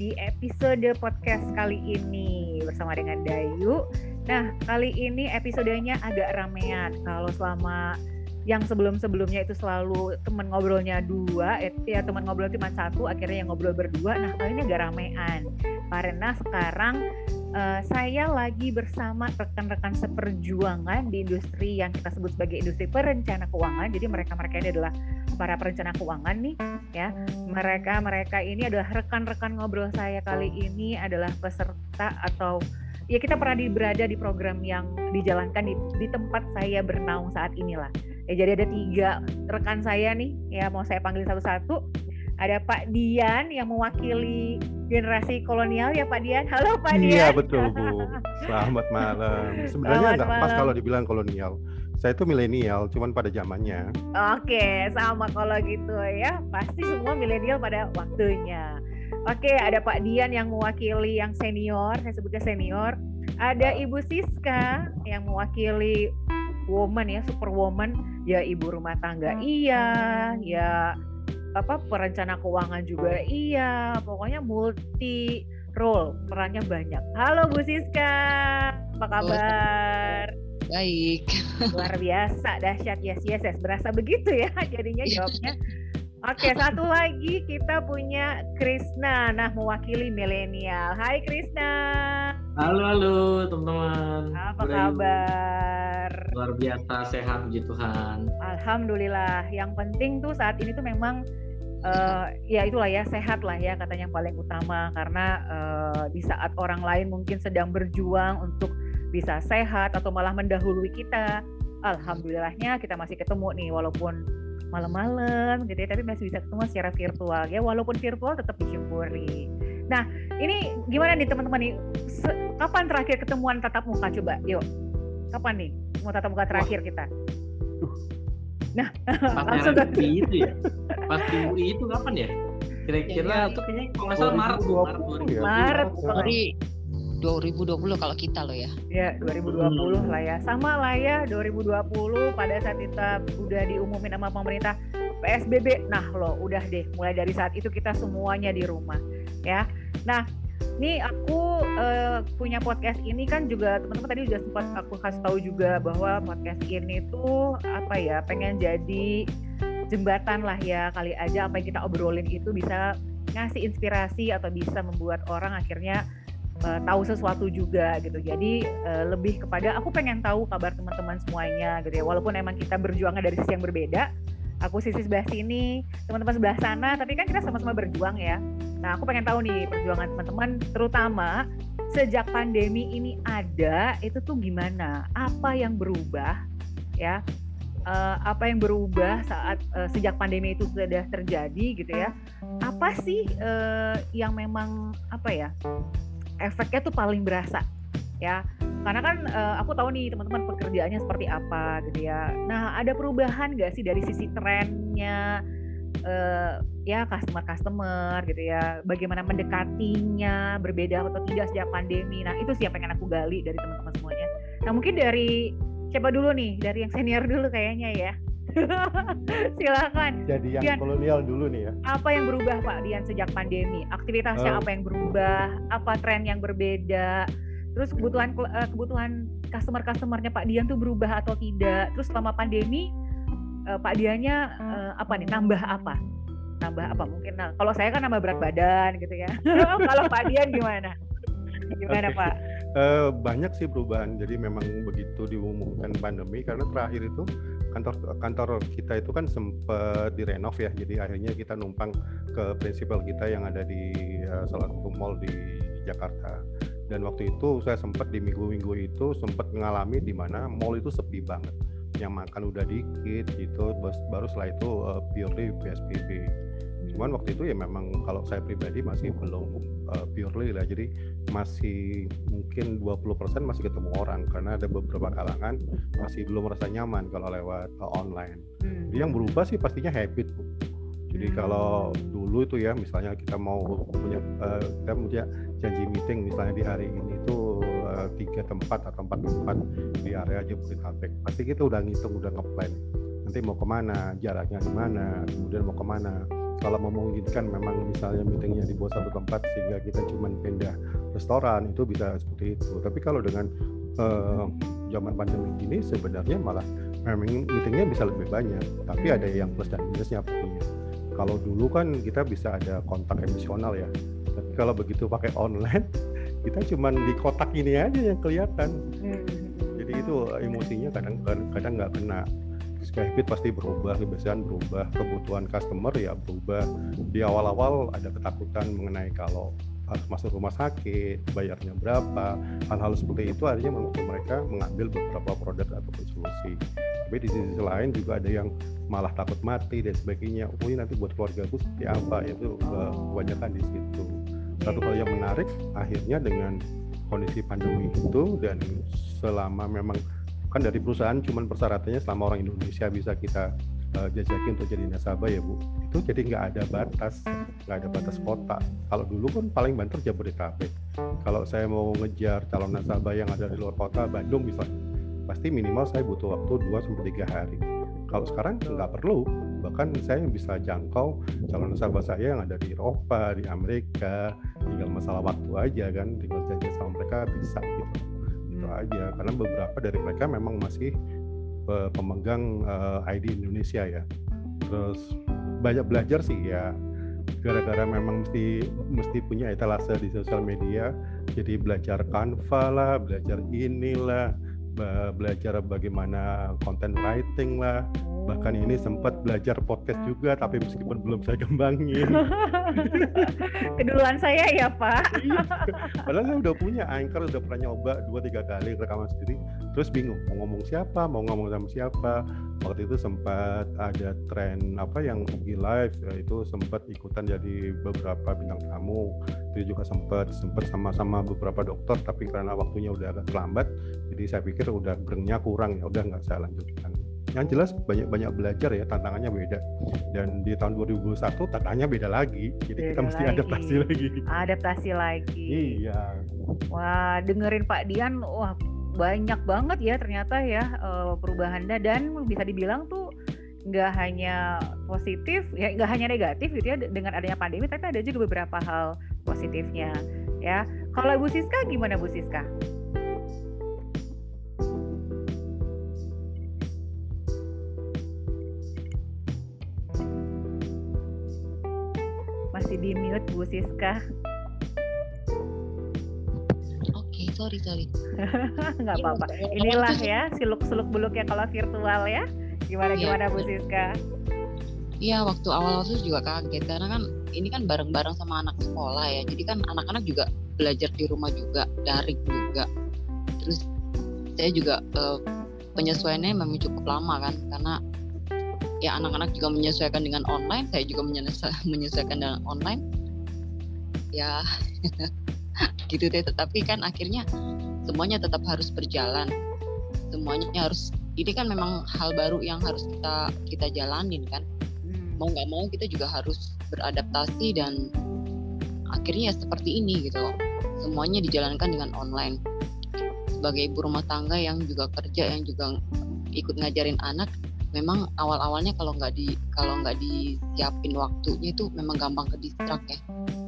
di episode podcast kali ini bersama dengan Dayu. Nah, kali ini episodenya agak ramean. Kalau selama yang sebelum-sebelumnya itu selalu teman ngobrolnya dua, ya teman ngobrol cuma satu, akhirnya yang ngobrol berdua. Nah, kali ini agak ramean. Karena sekarang saya lagi bersama rekan-rekan seperjuangan di industri yang kita sebut sebagai industri perencana keuangan. Jadi mereka-mereka ini adalah para perencana keuangan nih, ya. Mereka ini adalah rekan-rekan ngobrol saya kali ini adalah peserta atau ya kita pernah berada di program yang dijalankan di tempat saya bernaung saat inilah. Ya, jadi ada 3 rekan saya nih, ya mau saya panggil satu-satu. Ada Pak Dian yang mewakili generasi kolonial ya Pak Dian. Halo Pak Dian. Iya betul Bu. Selamat malam. Sebenarnya nggak pas kalau dibilang kolonial. Saya itu milenial, cuman pada zamannya. Oke, sama kalau gitu ya. Pasti semua milenial pada waktunya. Oke, ada Pak Dian yang mewakili yang senior, saya sebutnya senior. Ada Ibu Siska yang mewakili woman ya, superwoman. Ya ibu rumah tangga iya, ya perencana keuangan juga iya, pokoknya multi role, perannya banyak. Halo Bu Siska, apa kabar? Baik. Luar biasa, dahsyat, yes, berasa begitu ya jadinya jawabnya. Oke, satu lagi kita punya Krisna, nah mewakili milenial. Hai Krisna. Halo teman-teman. Apa kabar? Luar biasa, sehat puji Tuhan. Alhamdulillah. Yang penting tuh saat ini tuh memang ya itulah ya, sehat lah ya katanya yang paling utama. Karena di saat orang lain mungkin sedang berjuang untuk bisa sehat atau malah mendahului kita, alhamdulillahnya kita masih ketemu nih walaupun malam-malam gitu ya, tapi masih bisa ketemu secara virtual ya, walaupun virtual tetap disyukuri. Nah ini gimana nih teman-teman nih, kapan terakhir ketemuan tatap muka, coba yuk, kapan nih mau tatap muka terakhir kita? Nah langsung itu ya, pas UI itu kapan ya? Kira-kira itu kayaknya kalau nggak salah Maret Dari 2020 kalau kita loh ya. Ya 2020 lah ya, sama lah ya 2020 pada saat kita udah diumumin sama pemerintah PSBB. Nah loh udah deh, mulai dari saat itu kita semuanya di rumah ya. Nah nih aku punya podcast ini kan juga teman-teman tadi udah sempat aku kasih tahu juga bahwa podcast ini tuh apa ya, pengen jadi jembatan lah ya, kali aja apa yang kita obrolin itu bisa ngasih inspirasi atau bisa membuat orang akhirnya tahu sesuatu juga gitu. Jadi lebih kepada aku pengen tahu kabar teman-teman semuanya gitu ya, walaupun emang kita berjuangnya dari sisi yang berbeda. Aku sisi sebelah sini, teman-teman sebelah sana, tapi kan kita sama-sama berjuang ya. Nah aku pengen tahu nih perjuangan teman-teman, terutama sejak pandemi ini ada, itu tuh gimana, apa yang berubah ya, apa yang berubah saat sejak pandemi itu sudah terjadi gitu ya. Apa sih yang memang apa ya, efeknya tuh paling berasa ya, karena kan aku tahu nih teman-teman pekerjaannya seperti apa gitu ya. Nah ada perubahan nggak sih dari sisi trennya ya, customer gitu ya, bagaimana mendekatinya, berbeda atau tidak sejak pandemi. Nah itu sih yang pengen aku gali dari teman-teman semuanya. Nah mungkin dari siapa dulu nih, dari yang senior dulu kayaknya ya. Silakan. Jadi yang Dian, kolonial dulu nih ya. Apa yang berubah Pak Dian sejak pandemi? Aktivitasnya apa yang berubah? Apa tren yang berbeda? Terus kebutuhan customer-customernya Pak Dian tuh berubah atau tidak? Terus selama pandemi Pak Diannya apa nih? Nambah apa? Mungkin kalau saya kan nambah berat badan gitu ya. Kalau Pak Dian gimana? Gimana Pak? Banyak sih perubahan. Jadi memang begitu diumumkan pandemi, karena terakhir itu kantor kita itu kan sempat direnov ya, jadi akhirnya kita numpang ke prinsipal kita yang ada di salah satu mall di Jakarta. Dan waktu itu saya sempat di minggu-minggu itu sempat mengalami di mana mall itu sepi banget, yang makan udah dikit gitu, baru setelah itu purely PSBB. Cuman waktu itu ya memang kalau saya pribadi masih belum purely lah, jadi masih mungkin 20% masih ketemu orang, karena ada beberapa kalangan masih belum merasa nyaman kalau lewat online. Jadi yang berubah sih pastinya habit. Jadi kalau dulu itu ya, misalnya kita punya janji meeting misalnya di hari ini tuh 3 tempat atau 4 tempat di area Jabodetabek, pasti kita udah ngitung, udah ngeplan nanti mau kemana, jaraknya di mana, kemudian mau kemana. kalau memungkinkan memang misalnya meetingnya dibuat satu tempat sehingga kita cuma pindah restoran, itu bisa seperti itu. Tapi kalau dengan zaman pandemi ini sebenarnya malah memang meetingnya bisa lebih banyak, tapi ada yang plus dan minusnya pastinya. Kalau dulu kan kita bisa ada kontak emosional ya, tapi kalau begitu pakai online kita cuma di kotak ini aja yang kelihatan. Jadi itu emosinya kadang nggak kena. Habit pasti berubah, kebiasaan berubah, kebutuhan customer ya berubah. Di awal-awal ada ketakutan mengenai kalau harus masuk rumah sakit, bayarnya berapa, hal-hal seperti itu akhirnya mereka mengambil beberapa produk ataupun solusi. Tapi di sisi lain juga ada yang malah takut mati dan sebagainya. Oh ini nanti buat keluarga gue seperti apa, itu kebanyakan di situ. Satu hal yang menarik akhirnya dengan kondisi pandemi itu, dan selama memang kan dari perusahaan cuman persyaratannya selama orang Indonesia bisa kita jajaki untuk jadi nasabah ya Bu, itu jadi nggak ada batas kota. Kalau dulu kan paling banter Jabodetabek. Kalau saya mau ngejar calon nasabah yang ada di luar kota, Bandung misalnya, pasti minimal saya butuh waktu 2-3 hari. Kalau sekarang nggak perlu, bahkan saya bisa jangkau calon nasabah saya yang ada di Eropa, di Amerika, tinggal masalah waktu aja kan, tinggal janji sama mereka bisa gitu. Itu aja, karena beberapa dari mereka memang masih pemegang ID Indonesia ya. Terus banyak belajar sih ya, gara-gara memang mesti punya etalase di sosial media, jadi belajar Canva lah, belajar inilah, belajar bagaimana content writing lah, bahkan ini sempat belajar podcast juga, tapi meskipun belum saya kembangin. Keduluan saya ya Pak. Padahal saya udah punya Anchor, udah pernah nyoba 2-3 kali rekaman sendiri, terus bingung mau ngomong sama siapa. Waktu itu sempat ada tren yang IG live, itu sempat ikutan jadi beberapa bintang tamu. Itu juga sempat sama beberapa dokter, tapi karena waktunya udah agak terlambat, jadi saya pikir udah brengnya kurang, ya udah nggak saya lanjutkan. Yang jelas banyak belajar ya, tantangannya beda. Dan di tahun 2021 tantangannya beda lagi. Jadi kita mesti adaptasi lagi. Iya. Wah, dengerin Pak Dian, wah banyak banget ya ternyata ya perubahannya, dan bisa dibilang tuh nggak hanya positif ya, nggak hanya negatif gitu ya dengan adanya pandemi, tapi ada juga beberapa hal positifnya ya. Kalau Bu Siska gimana Bu Siska? Masih di mute Bu Siska. Oke, sorry. Nggak apa-apa. Inilah ya siluk-siluk beluknya kalau virtual ya. Gimana Bu Siska? Iya, waktu awal itu juga kaget karena kan ini kan bareng-bareng sama anak sekolah ya. Jadi kan anak-anak juga belajar di rumah juga, daring juga. Terus saya juga penyesuaiannya memang cukup lama kan, karena ya anak-anak juga menyesuaikan dengan online, saya juga menyesuaikan dengan online. Ya gitu deh, tetapi kan akhirnya semuanya tetap harus berjalan. Semuanya harus, ini kan memang hal baru yang harus kita jalanin kan. Mau nggak mau kita juga harus beradaptasi, dan akhirnya seperti ini gitu loh. Semuanya dijalankan dengan online. Sebagai ibu rumah tangga yang juga kerja, yang juga ikut ngajarin anak, memang awal-awalnya kalau nggak disiapin waktunya itu memang gampang ke distract ya.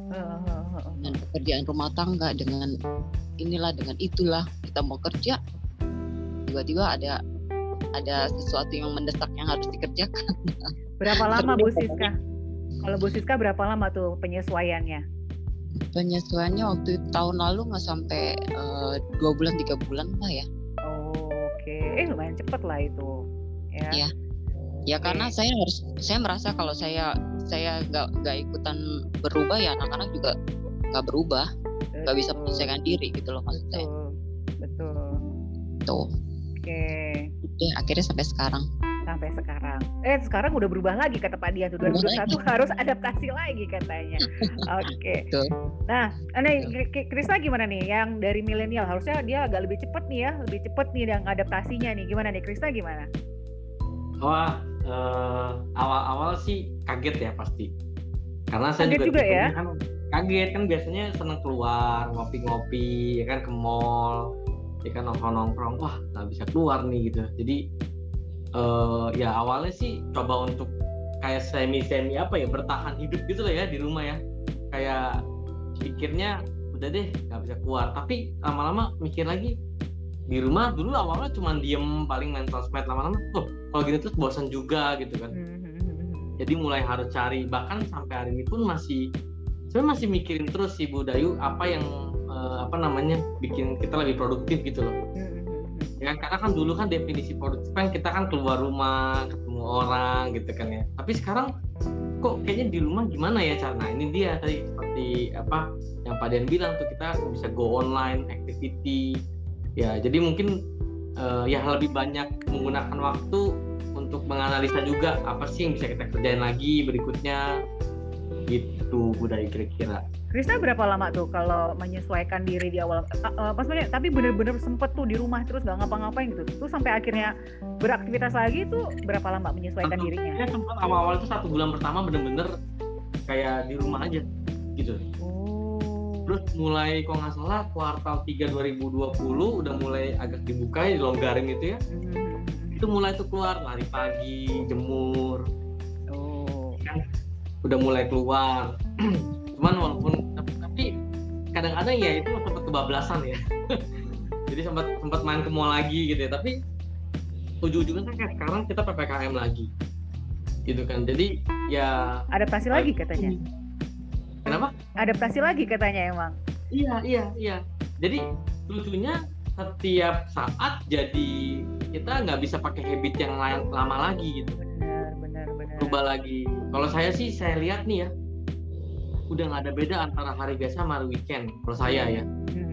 Dan pekerjaan rumah tangga dengan inilah dengan itulah, kita mau kerja tiba-tiba ada sesuatu yang mendesak yang harus dikerjakan. Berapa lama Bu Siska? Kalau Bu Siska berapa lama tuh penyesuaiannya? Penyesuaiannya waktu tahun lalu nggak sampai 2 bulan 3 bulan lah ya. Oke. Lumayan cepet lah itu. Ya. Ya karena saya merasa kalau saya nggak ikutan berubah, ya anak-anak juga nggak berubah, nggak bisa menyesuaikan diri gitu loh maksud saya. Betul. Tuh. Oke. Ya, akhirnya sampai sekarang. Sekarang udah berubah lagi kata Pak Dian tuh, 2021 harus adaptasi lagi katanya. Oke. Nah, Krisna gimana nih? Yang dari milenial harusnya dia agak lebih cepat nih yang adaptasinya nih. Gimana nih Krisna gimana? Wah, awal-awal sih kaget ya pasti. Karena saya kaget juga ya. Kan kaget kan, biasanya senang keluar ngopi-ngopi ya kan, ke mall ya kan, nongkrong-nongkrong, wah nggak bisa keluar nih gitu. Jadi ya awalnya sih coba untuk kayak semi apa ya, bertahan hidup gitu lah ya di rumah ya. Kayak pikirnya udah deh nggak bisa keluar, tapi lama-lama mikir lagi, di rumah dulu awalnya cuma diem paling main sosmed, lama-lama kalau gini terus bosan juga gitu kan. Jadi mulai harus cari, bahkan sampai hari ini pun masih mikirin terus sih Bu Dayu, apa yang bikin kita lebih produktif gitu loh. Ya kan, karena kan dulu kan definisi produktif kan kita kan keluar rumah, ketemu orang gitu kan ya. Tapi sekarang kok kayaknya di rumah gimana ya cara? Nah ini dia tadi seperti apa yang Pak Dian bilang tuh, kita bisa go online activity. Ya jadi mungkin ya lebih banyak menggunakan waktu untuk menganalisa juga apa sih yang bisa kita kerjain lagi berikutnya gitu Bu Dayu kira-kira. Krisna berapa lama tuh kalau menyesuaikan diri di awal? Maksudnya tapi bener-bener sempet tuh di rumah terus gak ngapa-ngapain gitu. Tuh sampai akhirnya beraktivitas lagi tuh berapa lama menyesuaikan dirinya? Ya sempat awal-awal itu 1 bulan pertama bener-bener kayak di rumah aja gitu. Terus mulai kalau nggak salah kuartal 3 2020 udah mulai agak dibuka, dilonggarin gitu ya. Itu mulai tuh keluar, lari pagi, jemur. Kan udah mulai keluar. Cuman walaupun tapi kadang-kadang ya itu sempat kebablasan ya. Jadi sempat main ke mall lagi gitu ya. Tapi ujung-ujungnya kan kayak sekarang kita PPKM lagi. Gitu kan. Jadi ya adaptasi lagi katanya. Kenapa? Adaptasi lagi katanya emang. Iya. Jadi lucunya setiap saat jadi kita nggak bisa pakai habit yang lama lagi gitu. Benar. Berubah lagi. Kalau saya lihat nih ya, udah nggak ada beda antara hari biasa sama hari weekend. Kalau saya ya,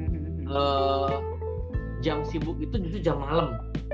jam sibuk itu justru jam malam.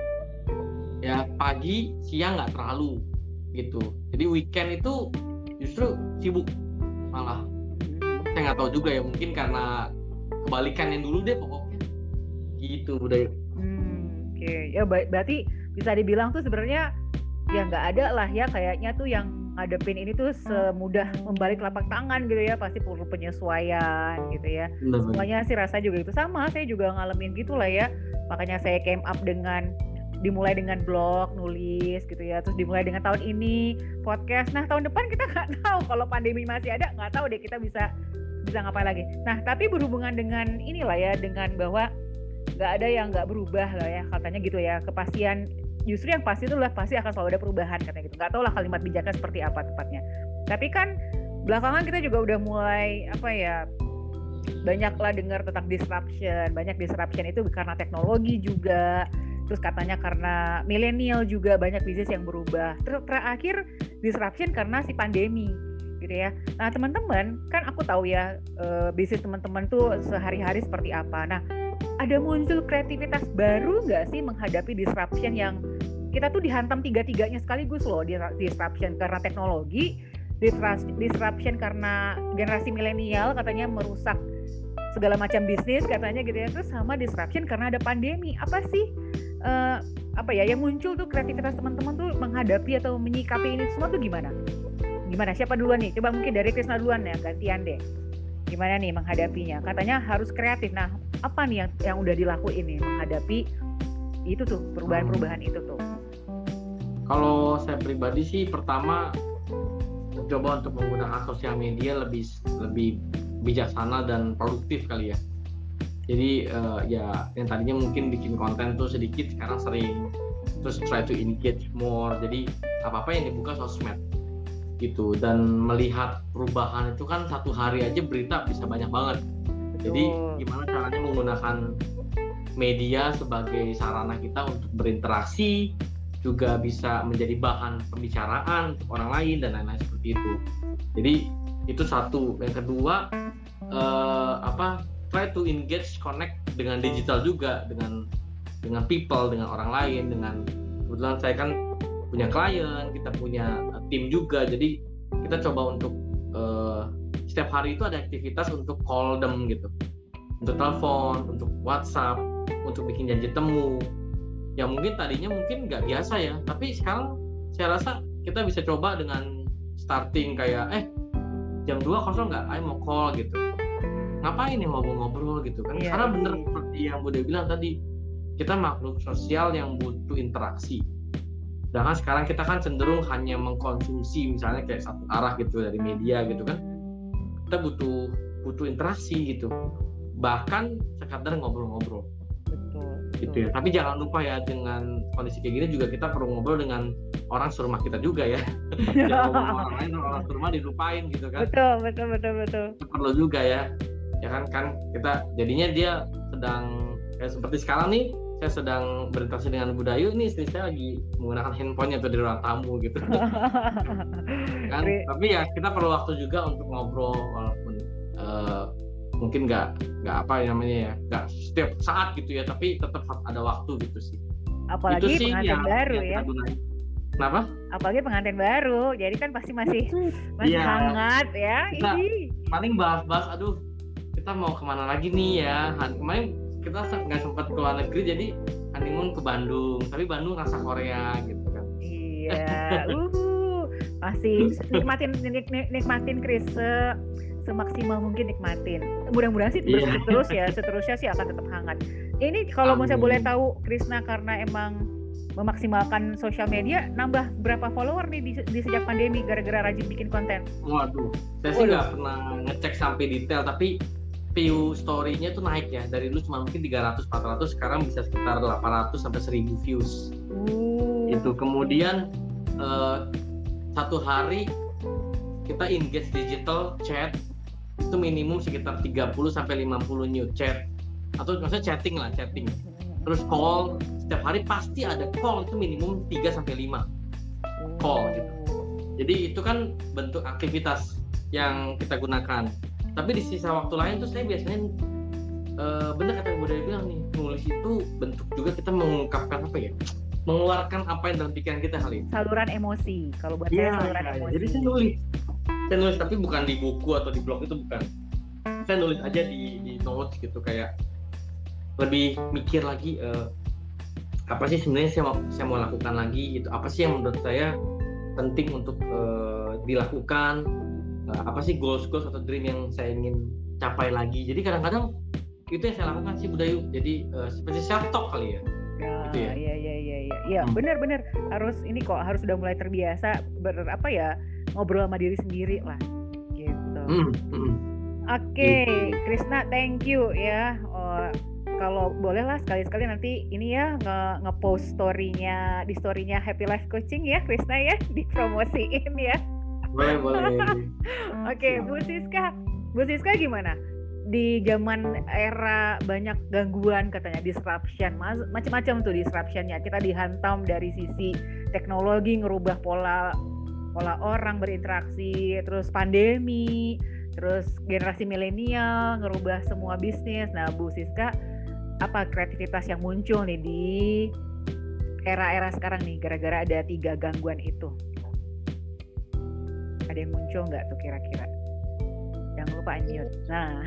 Ya pagi, siang nggak terlalu gitu. Jadi weekend itu justru sibuk malah. Saya nggak tahu juga ya, mungkin karena kebalikan yang dulu deh pokoknya gitu budaya. Oke. Ya berarti bisa dibilang tuh sebenarnya ya nggak ada lah ya kayaknya tuh yang ngadepin ini tuh semudah membalik telapak tangan gitu ya, pasti perlu penyesuaian gitu ya. Semuanya sih rasa juga itu sama, saya juga ngalamin gitulah ya. Makanya saya came up dimulai dengan blog, nulis gitu ya, terus dimulai dengan tahun ini podcast. Nah tahun depan kita nggak tahu, kalau pandemi masih ada nggak tahu deh kita bisa ngapain lagi. Nah tapi berhubungan dengan inilah ya, dengan bahwa nggak ada yang nggak berubah lah ya katanya gitu ya, kepastian justru yang pasti itu pasti akan selalu ada perubahan katanya gitu. Nggak tahu lah kalimat bijaknya seperti apa tepatnya. Tapi kan belakangan kita juga udah mulai banyaklah dengar tentang disruption. Banyak disruption itu karena teknologi juga. Terus katanya karena milenial juga banyak bisnis yang berubah. Terus terakhir disruption karena si pandemi gitu ya. Nah teman-teman kan aku tahu ya bisnis teman-teman tuh sehari-hari seperti apa. Nah ada muncul kreativitas baru nggak sih menghadapi disruption yang kita tuh dihantam tiga-tiganya sekaligus loh. Disruption karena teknologi, disruption karena generasi milenial katanya merusak segala macam bisnis katanya gitu ya, terus sama disruption karena ada pandemi. Apa sih yang muncul tuh kreativitas teman-teman tuh menghadapi atau menyikapi ini semua tuh gimana? Siapa duluan nih? Coba mungkin dari Krisna duluan ya, gantian deh. Gimana nih menghadapinya? Katanya harus kreatif. Nah, apa nih yang udah dilakuin nih menghadapi itu tuh, perubahan-perubahan itu tuh? Kalau saya pribadi sih pertama mencoba untuk menggunakan sosial media lebih bijaksana dan produktif kali ya. Jadi ya yang tadinya mungkin bikin konten tuh sedikit, sekarang sering. Terus try to engage more. Jadi apa-apa yang dibuka sosmed gitu, dan melihat perubahan itu kan satu hari aja berita bisa banyak banget. Jadi gimana caranya menggunakan media sebagai sarana kita untuk berinteraksi, juga bisa menjadi bahan pembicaraan untuk orang lain dan lain-lain seperti itu. Jadi itu satu. Yang kedua try to engage, connect dengan digital juga, dengan people, dengan orang lain, dengan kebetulan saya kan punya klien, kita punya tim juga, jadi kita coba untuk setiap hari itu ada aktivitas untuk call them gitu, untuk telepon, untuk WhatsApp, untuk bikin janji temu. Yang mungkin tadinya mungkin nggak biasa ya, tapi sekarang saya rasa kita bisa coba dengan starting kayak jam 2 kosong nggak, ayo mau call gitu, ngapain nih ngobrol gitu kan. Karena bener seperti yang Bude bilang tadi, kita makhluk sosial yang butuh interaksi. Sedangkan sekarang kita kan cenderung hanya mengkonsumsi misalnya kayak satu arah gitu dari media gitu kan. Kita butuh interaksi gitu. Bahkan sekadar ngobrol-ngobrol. Betul. Gitu ya. Tapi jangan lupa ya, dengan kondisi kayak gini juga kita perlu ngobrol dengan orang serumah kita juga ya. Jangan ngomong orang lain, orang serumah dilupain gitu kan. Betul. Itu perlu juga ya. Ya kan kita jadinya dia sedang kayak seperti sekarang nih, saya sedang berinteraksi dengan Bu Dayu, ini istri saya lagi menggunakan handphonenya tuh di ruang tamu gitu. Kan? Tapi ya kita perlu waktu juga untuk ngobrol, walaupun mungkin nggak apa namanya ya, nggak setiap saat gitu ya, tapi tetap ada waktu gitu sih. Apalagi itu sih pengantin baru ya. Kenapa? Apalagi pengantin baru, jadi kan pasti masih hangat ya. Kita paling bahas, aduh kita mau kemana lagi nih ya. Kemarin kita nggak sempat ke luar negeri, jadi honeymoon ke Bandung, tapi Bandung rasa Korea gitu kan. Iya, masih nikmatin Chris semaksimal mungkin nikmatin. Mudah-mudahan sih seterusnya sih akan tetap hangat. Ini kalau misalnya boleh tahu Krisna, karena emang memaksimalkan sosial media, nambah berapa follower nih di sejak pandemi gara-gara rajin bikin konten? Waduh, saya sih nggak pernah ngecek sampai detail, tapi view story-nya tuh naik ya. Dari dulu cuma mungkin 300-400, sekarang bisa sekitar 800 sampai 1000 views. Itu kemudian satu hari kita engage digital chat itu minimum sekitar 30 sampai 50 new chat, atau maksudnya chatting. Terus call, setiap hari pasti ada call, itu minimum 3 sampai 5 call gitu. Jadi itu kan bentuk aktivitas yang kita gunakan. Tapi di sisa waktu lain tuh saya biasanya bener kata Bu Dayu bilang nih, nulis itu bentuk juga kita mengungkapkan apa ya, mengeluarkan apa yang dalam pikiran kita kali. Saluran emosi. Kalau buat saya saluran emosi. Jadi saya nulis tapi bukan di buku atau di blog, itu bukan. Saya nulis aja di notes gitu, kayak lebih mikir lagi apa sih sebenarnya saya mau lakukan lagi gitu. Apa sih yang menurut saya penting untuk dilakukan. Apa sih goals atau dream yang saya ingin capai lagi. Jadi kadang-kadang itu yang saya lakukan sih Bu Dayu. Jadi seperti self talk kali ya. Gitu ya. Iya, benar. Harus udah mulai terbiasa ngobrol sama diri sendiri lah. Gitu. Oke, Krisna, thank you ya. Kalau boleh lah sekali-sekali nanti ini ya nge-post story-nya Happy Life Coaching ya, Krisna ya, dipromosiin ya. Boleh. Oke, Bu Siska gimana? Di zaman era banyak gangguan katanya, disruption, macam-macam tuh disruptionnya. Kita dihantam dari sisi teknologi, ngerubah pola orang berinteraksi, terus pandemi, terus generasi milenial ngerubah semua bisnis. Nah, Bu Siska, apa kreativitas yang muncul nih di era-era sekarang nih gara-gara ada 3 gangguan itu? Ada yang muncul nggak tuh kira-kira? Jangan lupa unmute. Nah.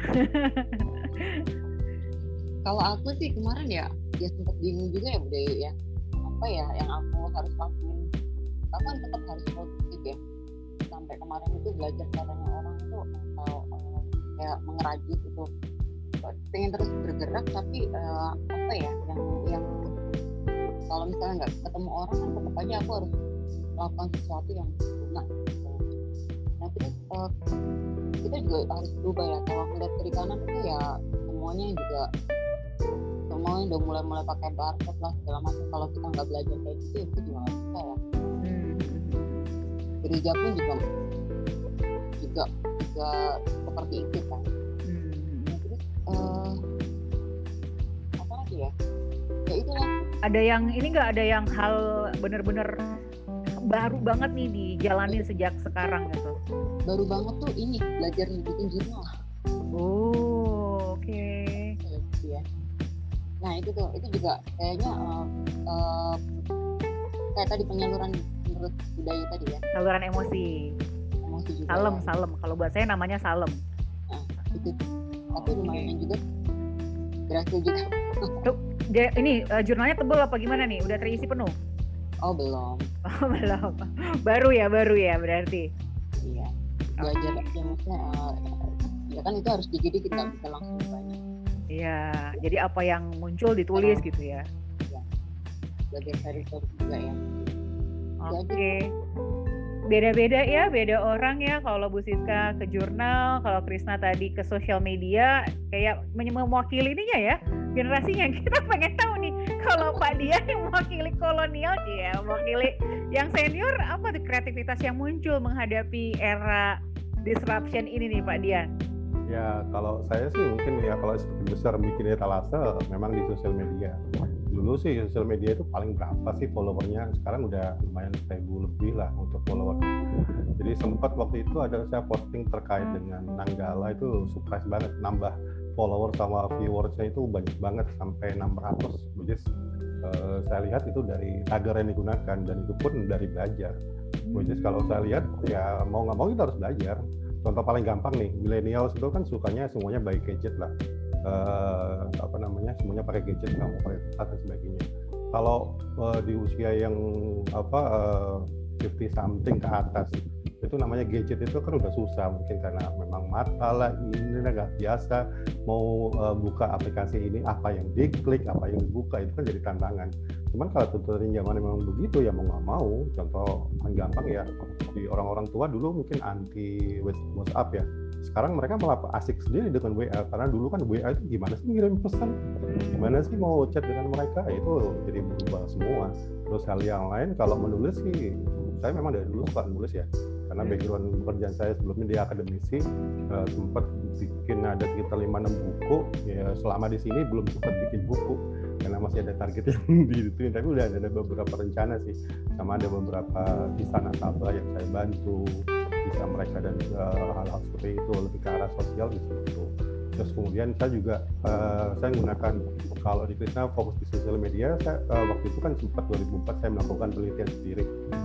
Kalau aku sih kemarin ya sempat bingung juga ya Bu Dayu ya. Apa ya yang aku harus lakuin? Aku kan tetap harus produktif ya. Sampai kemarin itu belajar caranya orang itu atau kayak mengerajut itu. Pengen terus bergerak, tapi apa ya yang kalau misalnya nggak ketemu orang kan tetap aja aku harus melakukan sesuatu yang berguna. Nah terus kita juga harus berubah ya. Kalau ngeliat kiri kanan itu ya semuanya udah mulai pakai barcode lah segala macam. Kalau kita nggak belajar kayak gitu itu juga nggak bisa ya. Gereja pun juga seperti itu kan. Nah, terus apa lagi ya? Ya itulah. Ada yang ini nggak, ada yang hal bener-bener baru banget nih dijalanin sejak sekarang gitu? Baru banget tuh ini belajar bikin jurnal. Oke. Ya. Nah itu juga kayaknya kayak tadi penyaluran menurut Bu Dayu tadi ya. Saluran emosi juga. Salem. Kalau buat saya namanya salem. Nah itu. Tapi lumayan juga berhasil juga. Ini jurnalnya tebal apa gimana nih? Udah terisi penuh? Oh belum. Baru ya berarti. Iya. Belajar aja maksudnya. Ya kan itu harus dikit-dikit, nggak bisa langsung banyak. Iya. Jadi apa yang muncul ditulis gitu ya? Iya. Belajar dari itu juga ya. Oke. Beda-beda ya, beda orang ya. Kalau Bu Siska ke jurnal, kalau Krisna tadi ke sosial media, kayak mewakili ininya ya, generasinya. Kita pengen tahu nih, kalau Pak Dian yang mewakili kolonial, ya mewakili yang senior, apa tuh kreativitas yang muncul menghadapi era disruption ini nih Pak Dian? Ya kalau saya sih mungkin ya kalau besar bikin etalase memang di sosial media. Dulu sih sosial media itu paling berapa sih followernya, sekarang udah lumayan 1000 lebih lah untuk follower. Jadi sempat waktu itu ada saya posting terkait dengan Nanggala, itu surprise banget, nambah follower sama viewersnya itu banyak banget sampai 600, which is saya lihat itu dari tagar yang digunakan dan itu pun dari belajar. Which is kalau saya lihat ya mau nggak mau kita harus belajar. Contoh paling gampang nih, millennials itu kan sukanya semuanya by gadget lah. Semuanya pakai gadget, nggak mau pakai tas dan sebagainya. Kalau di usia yang 50 something ke atas, itu namanya gadget itu kan udah susah, mungkin karena memang mata lah, ini nggak biasa mau buka aplikasi ini, apa yang diklik, apa yang dibuka, itu kan jadi tantangan. Cuman kalau tuntutan zaman memang begitu ya mau nggak mau. Contoh paling gampang ya, di orang-orang tua dulu mungkin anti WhatsApp ya, sekarang mereka malah asik sendiri dengan WA, karena dulu kan WA itu gimana sih ngirim pesan, gimana sih mau chat dengan mereka, itu jadi berubah semua. Terus hal yang lain, kalau menulis sih saya memang dari dulu suka nulis ya, karena background pekerjaan saya sebelumnya di akademisi, sempat bikin ada sekitar 5-6 buku ya. Selama di sini belum sempat bikin buku karena masih ada target yang dihituin, tapi udah ada beberapa rencana sih, sama ada beberapa kisah nasabah yang saya bantu bisa mereka, dan hal-hal seperti itu lebih ke arah sosial di situ. Terus kemudian saya juga saya menggunakan, kalau di Krisna fokus di sosial media, saya waktu itu kan sempat 2004 saya melakukan penelitian sendiri.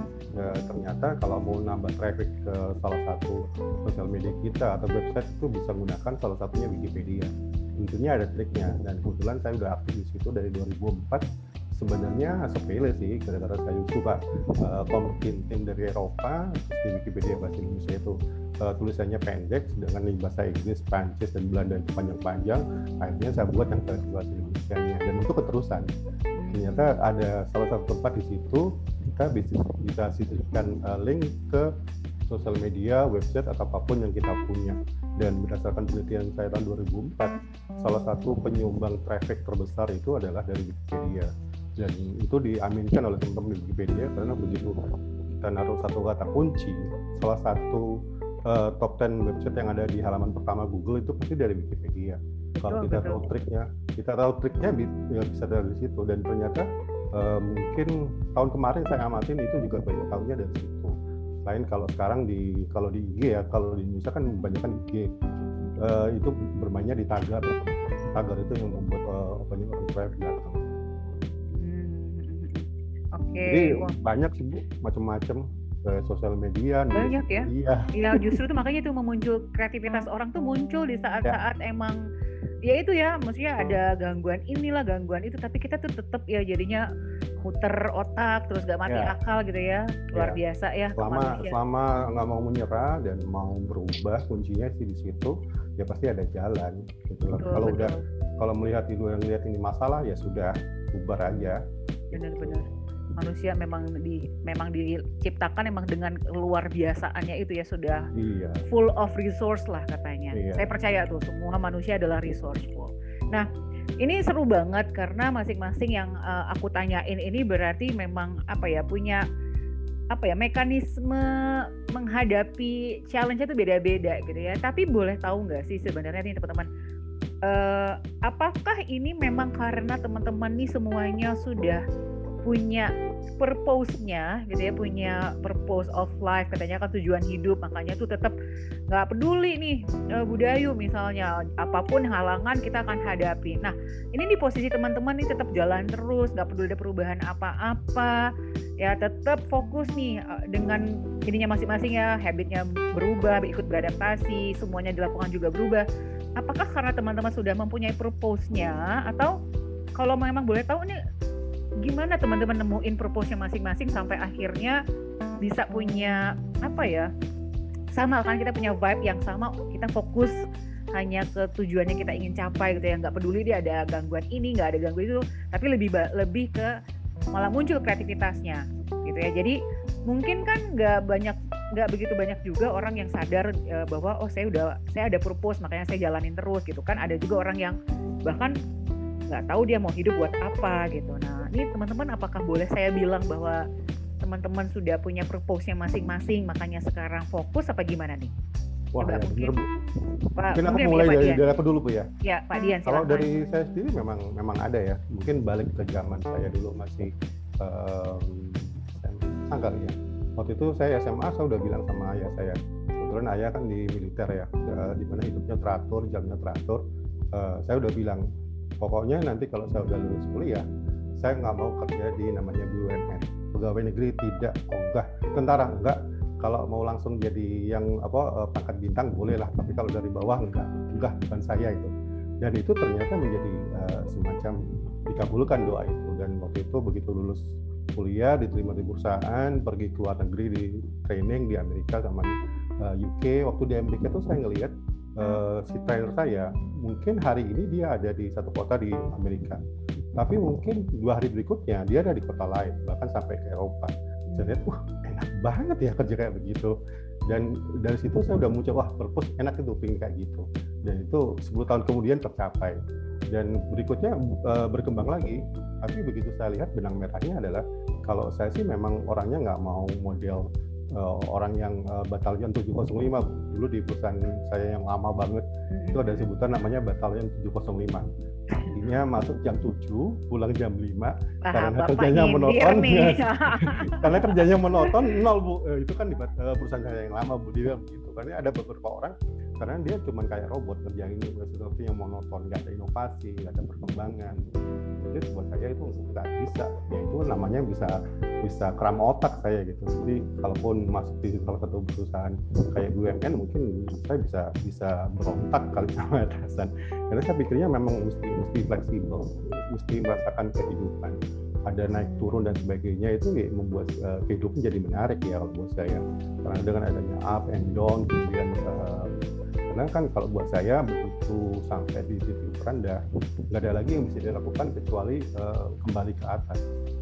Ternyata kalau mau nambah traffic ke salah satu sosial media kita atau website itu bisa menggunakan salah satunya Wikipedia. Tentunya ada triknya, dan kebetulan saya udah aktif di situ dari 2004. Sebenarnya sepele sih, gara-gara saya suka konvertin dari Eropa, terus di Wikipedia bahasa Indonesia itu tulisannya pendek, sedangkan di bahasa Inggris, Prancis, dan Belanda itu panjang-panjang. Akhirnya saya buat yang versi bahasa Indonesianya, dan itu keterusan. Ternyata ada salah satu tempat di situ kita bisa sisihkan link ke sosial media, website, atau apapun yang kita punya. Dan berdasarkan penelitian saya tahun 2004, salah satu penyumbang traffic terbesar itu adalah dari Wikipedia. Dan itu diaminkan oleh teman-teman di Wikipedia, karena begitu kita naruh satu kata kunci, salah satu top 10 website yang ada di halaman pertama Google itu pasti dari Wikipedia. Kalau kita tahu triknya bisa dari situ. Dan ternyata mungkin tahun kemarin saya amatin itu juga banyak tahunya dari situ. Lain kalau sekarang kalau di IG ya, kalau di Indonesia kan kebanyakan IG itu bermainnya di tagar itu yang membuat banyak orang traffic datang. Jadi banyak sih Bu, macam-macam sosial media. Banyak ya? Iya, justru tuh makanya tuh memuncul kreativitas orang tuh muncul di saat-saat emang ya itu ya, maksudnya ada gangguan inilah, gangguan itu, tapi kita tuh tetap ya jadinya muter otak terus gak mati akal gitu ya. Luar biasa ya. Selama nggak mau menyerah dan mau berubah, kuncinya sih di situ, ya pasti ada jalan gitu. Kalau melihat ini masalah, ya sudah bubar aja. Benar-benar. Manusia memang diciptakan emang dengan luar biasaannya itu ya, sudah full of resource lah katanya. Saya percaya tuh semua manusia adalah resourceful. Nah, ini seru banget karena masing-masing yang aku tanyain ini berarti memang punya mekanisme menghadapi challenge itu beda-beda gitu ya. Tapi boleh tahu nggak sih sebenarnya nih teman-teman, apakah ini memang karena teman-teman nih semuanya sudah punya purpose-nya gitu ya, punya purpose of life, katanya kan tujuan hidup, makanya tuh tetap nggak peduli nih Budayu misalnya, apapun halangan kita akan hadapi. Nah, ini di posisi teman-teman nih tetap jalan terus, nggak peduli ada perubahan apa-apa ya, tetap fokus nih dengan ininya masing-masing ya, habitnya berubah, ikut beradaptasi, semuanya dilakukan juga berubah. Apakah karena teman-teman sudah mempunyai purpose-nya, atau kalau memang boleh tahu nih gimana teman-teman nemuin purpose-nya masing-masing sampai akhirnya bisa punya sama kan, kita punya vibe yang sama, kita fokus hanya ke tujuan yang kita ingin capai gitu ya, nggak peduli dia ada gangguan ini, nggak ada gangguan itu, tapi lebih ke malah muncul kreativitasnya gitu ya. Jadi mungkin kan nggak begitu banyak juga orang yang sadar bahwa saya ada purpose makanya saya jalanin terus gitu kan. Ada juga orang yang bahkan nggak tahu dia mau hidup buat apa gitu. Nah ini teman-teman, apakah boleh saya bilang bahwa teman-teman sudah punya purpose-nya masing-masing makanya sekarang fokus apa gimana nih? Wah, Coba ya, mungkin Pak, mungkin aku mungkin mulai Pak dari Dian. aku dulu Bu ya. Ya Pak Dian Kalau silakan. dari saya sendiri memang ada ya. Mungkin balik ke zaman saya dulu masih SMA kali ya. Waktu itu saya SMA, saya udah bilang sama ayah saya. Kebetulan ayah kan di militer ya, di mana hidupnya teratur, jamnya teratur. Saya udah bilang, pokoknya nanti kalau saya udah lulus kuliah, saya nggak mau kerja di namanya BUMN, pegawai negeri tidak, enggak, tentara enggak. Kalau mau langsung jadi yang pangkat bintang boleh lah, tapi kalau dari bawah enggak, bukan saya itu. Dan itu ternyata menjadi semacam dikabulkan doa itu. Dan waktu itu begitu lulus kuliah, diterima di perusahaan, pergi ke luar negeri di training di Amerika sama UK. Waktu di Amerika itu saya ngelihat si trainer saya, mungkin hari ini dia ada di satu kota di Amerika, tapi mungkin 2 hari berikutnya dia ada di kota lain, bahkan sampai ke Eropa. Saya lihat, enak banget ya kerja kayak begitu. Dan dari situ saya udah muncul, purpose enak itu, pengen kayak gitu. Dan itu 10 tahun kemudian tercapai. Dan berikutnya berkembang lagi. Tapi begitu saya lihat benang merahnya adalah, kalau saya sih memang orangnya nggak mau model orang yang batalion 705. Dulu di perusahaan saya yang lama banget, itu ada sebutan namanya batalion 705. Artinya masuk jam 7, pulang jam 5, karena kerjanya monoton. Karena kerjanya monoton, 0 Bu. Itu kan di perusahaan saya yang lama Bu, dia begitu. Karena ada beberapa orang, karena dia cuma kayak robot kerja ini, sesuatu yang monoton, nggak ada inovasi, nggak ada perkembangan. Jadi buat saya itu nggak bisa. Ya itu namanya bisa kram otak saya gitu. Jadi kalaupun masuk di salah satu perusahaan kayak BUMN, mungkin saya bisa berontak kali sama atasan. Karena saya pikirnya memang mesti fleksibel, mesti merasakan kehidupan. Ada naik turun dan sebagainya, itu ya membuat kehidupan jadi menarik ya kalau buat saya. Karena dengan adanya up and down, kemudian karena kan kalau buat saya begitu sampai di titik terendah, nggak ada lagi yang bisa dilakukan kecuali kembali ke atas.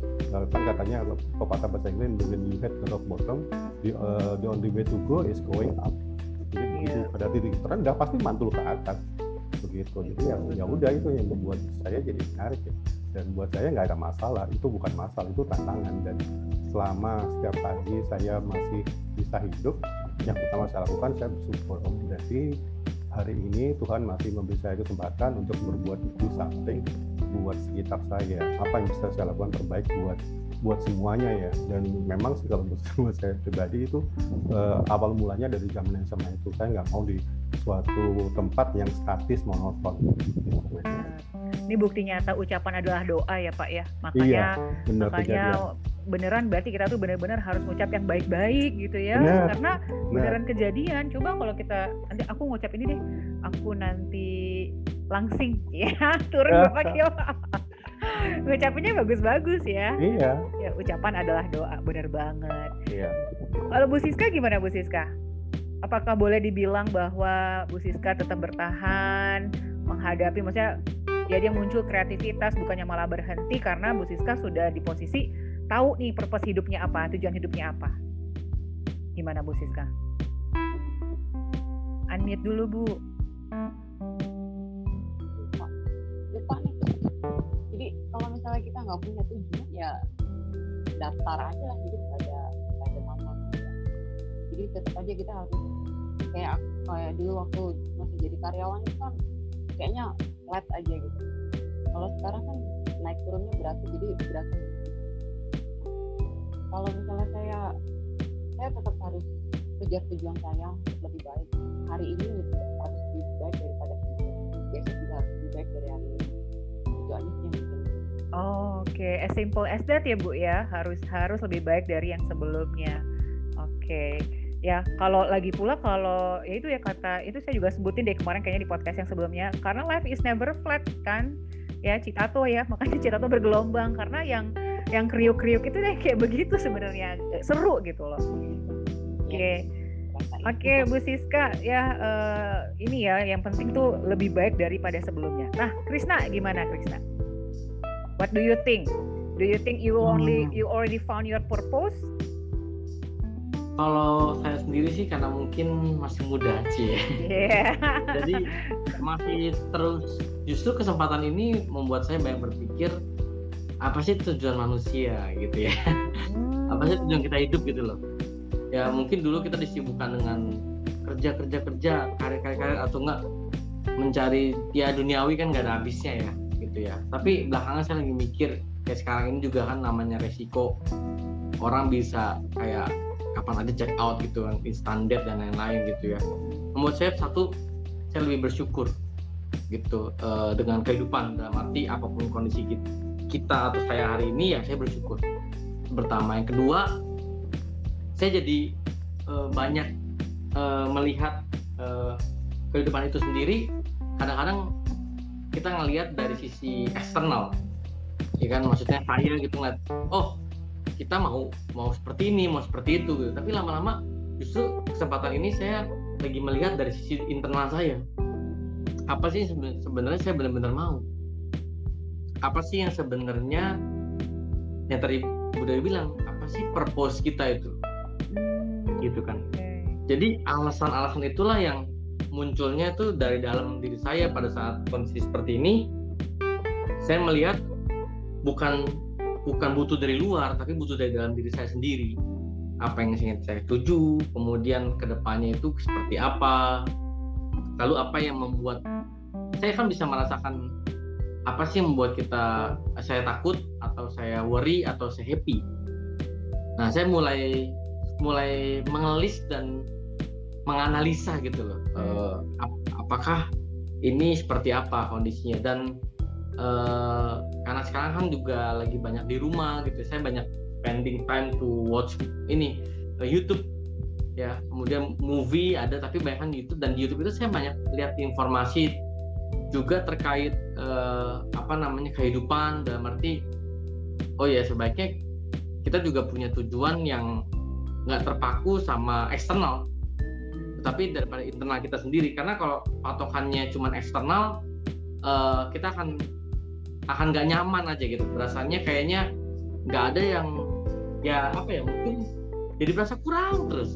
Kan katanya pepatah bahasa Inggris, when you hit the rock bottom, the only way to go is going up. Jadi begitu pada titik terendah pasti mantul ke atas begitu. Jadi ya udah, itu yang membuat saya jadi menarik ya. Dan buat saya nggak ada masalah, itu bukan masalah, itu tantangan. Dan selama setiap pagi saya masih bisa hidup, yang pertama saya lakukan, saya bersyukur. Berarti hari ini Tuhan masih memberi saya kesempatan untuk berbuat something buat sekitar saya. Apa yang bisa saya lakukan terbaik buat semuanya ya. Dan memang sih kalau buat saya pribadi itu awal mulanya dari zaman yang sama itu, saya nggak mau di suatu tempat yang statis monoton. Ini bukti nyata ucapan adalah doa ya Pak ya. Makanya beneran berarti kita tuh benar-benar harus ngucap yang baik-baik gitu ya. Karena beneran kejadian. Coba kalau kita nanti aku ngucap ini deh, aku nanti langsing ya, turun Bapak ya. Ngucapinnya bagus-bagus ya. Iya. Ya, ucapan adalah doa, benar banget. Iya. Kalau Bu Siska gimana Bu Siska? Apakah boleh dibilang bahwa Bu Siska tetap bertahan menghadapi, maksudnya dia muncul kreativitas bukannya malah berhenti karena Bu Siska sudah di posisi tahu nih purpose hidupnya apa, tujuan hidupnya apa. Gimana Bu Siska? Unmute dulu Bu. Lupa nih. Jadi kalau misalnya kita nggak punya tujuan ya daftar aja lah hidup pada manfaat. Jadi tetap aja kita harus kayak dulu waktu masih jadi karyawan itu kan kayaknya flat aja gitu. Kalau sekarang kan naik turunnya berasa, jadi berasa. Kalau misalnya saya tetap harus kejar tujuan saya lebih baik. Hari ini harus lebih baik daripada besok juga harus lebih baik dari hari ini. Itu aja sih yang penting. Oke, as simple as that ya Bu ya. Harus lebih baik dari yang sebelumnya. Oke. Ya, kalau ya itu ya kata itu saya juga sebutin deh kemarin kayaknya di podcast yang sebelumnya, karena life is never flat kan. Ya, Citato ya, makanya Citato bergelombang karena yang kriuk-kriuk itu deh kayak begitu sebenarnya, seru gitu loh. Oke, Bu Siska ya, ini ya yang penting tuh lebih baik daripada sebelumnya. Nah, Krisna gimana Krisna? What do you think? Do you think you already found your purpose? Kalau saya sendiri sih karena mungkin masih muda sih ya. Iya. Jadi masih terus, justru kesempatan ini membuat saya banyak berpikir apa sih tujuan manusia gitu ya. Apa sih tujuan kita hidup gitu loh. Ya mungkin dulu kita disibukkan dengan kerja, karir atau enggak mencari ya duniawi kan nggak ada habisnya ya gitu ya. Tapi belakangan saya lagi mikir kayak sekarang ini juga kan namanya resiko, orang bisa kayak kapan aja check out gitu kan, instant death dan lain-lain gitu ya. Menurut saya satu, saya lebih bersyukur gitu dengan kehidupan, dalam arti apapun kondisi kita atau saya hari ini ya saya bersyukur. Pertama, yang kedua, saya jadi banyak melihat kehidupan itu sendiri. Kadang-kadang kita ngelihat dari sisi eksternal, ya kan, maksudnya saya gitu ngeliat, oh kita mau seperti ini, mau seperti itu gitu. Tapi lama-lama justru kesempatan ini saya lagi melihat dari sisi internal saya. Apa sih sebenarnya saya benar-benar mau? Apa sih yang sebenarnya yang tadi Budaya bilang, apa sih purpose kita itu? Gitu kan. Jadi alasan-alasan itulah yang munculnya itu dari dalam diri saya pada saat kondisi seperti ini. Saya melihat bukan butuh dari luar, tapi butuh dari dalam diri saya sendiri. Apa yang ingin saya tuju, kemudian kedepannya itu seperti apa, lalu apa yang membuat saya kan bisa merasakan apa sih yang membuat saya takut atau saya worry atau saya happy. Nah, saya mulai mengelis dan menganalisa gitu loh, apakah ini seperti apa kondisinya. Dan karena sekarang kan juga lagi banyak di rumah gitu, saya banyak spending time to watch ini YouTube ya, kemudian movie ada, tapi banyak kan YouTube. Dan di YouTube itu saya banyak lihat informasi juga terkait kehidupan, dalam arti oh ya sebaiknya kita juga punya tujuan yang nggak terpaku sama eksternal, tetapi daripada internal kita sendiri. Karena kalau patokannya cuma eksternal, kita akan nggak nyaman aja gitu, rasanya kayaknya nggak ada yang mungkin jadi berasa kurang terus.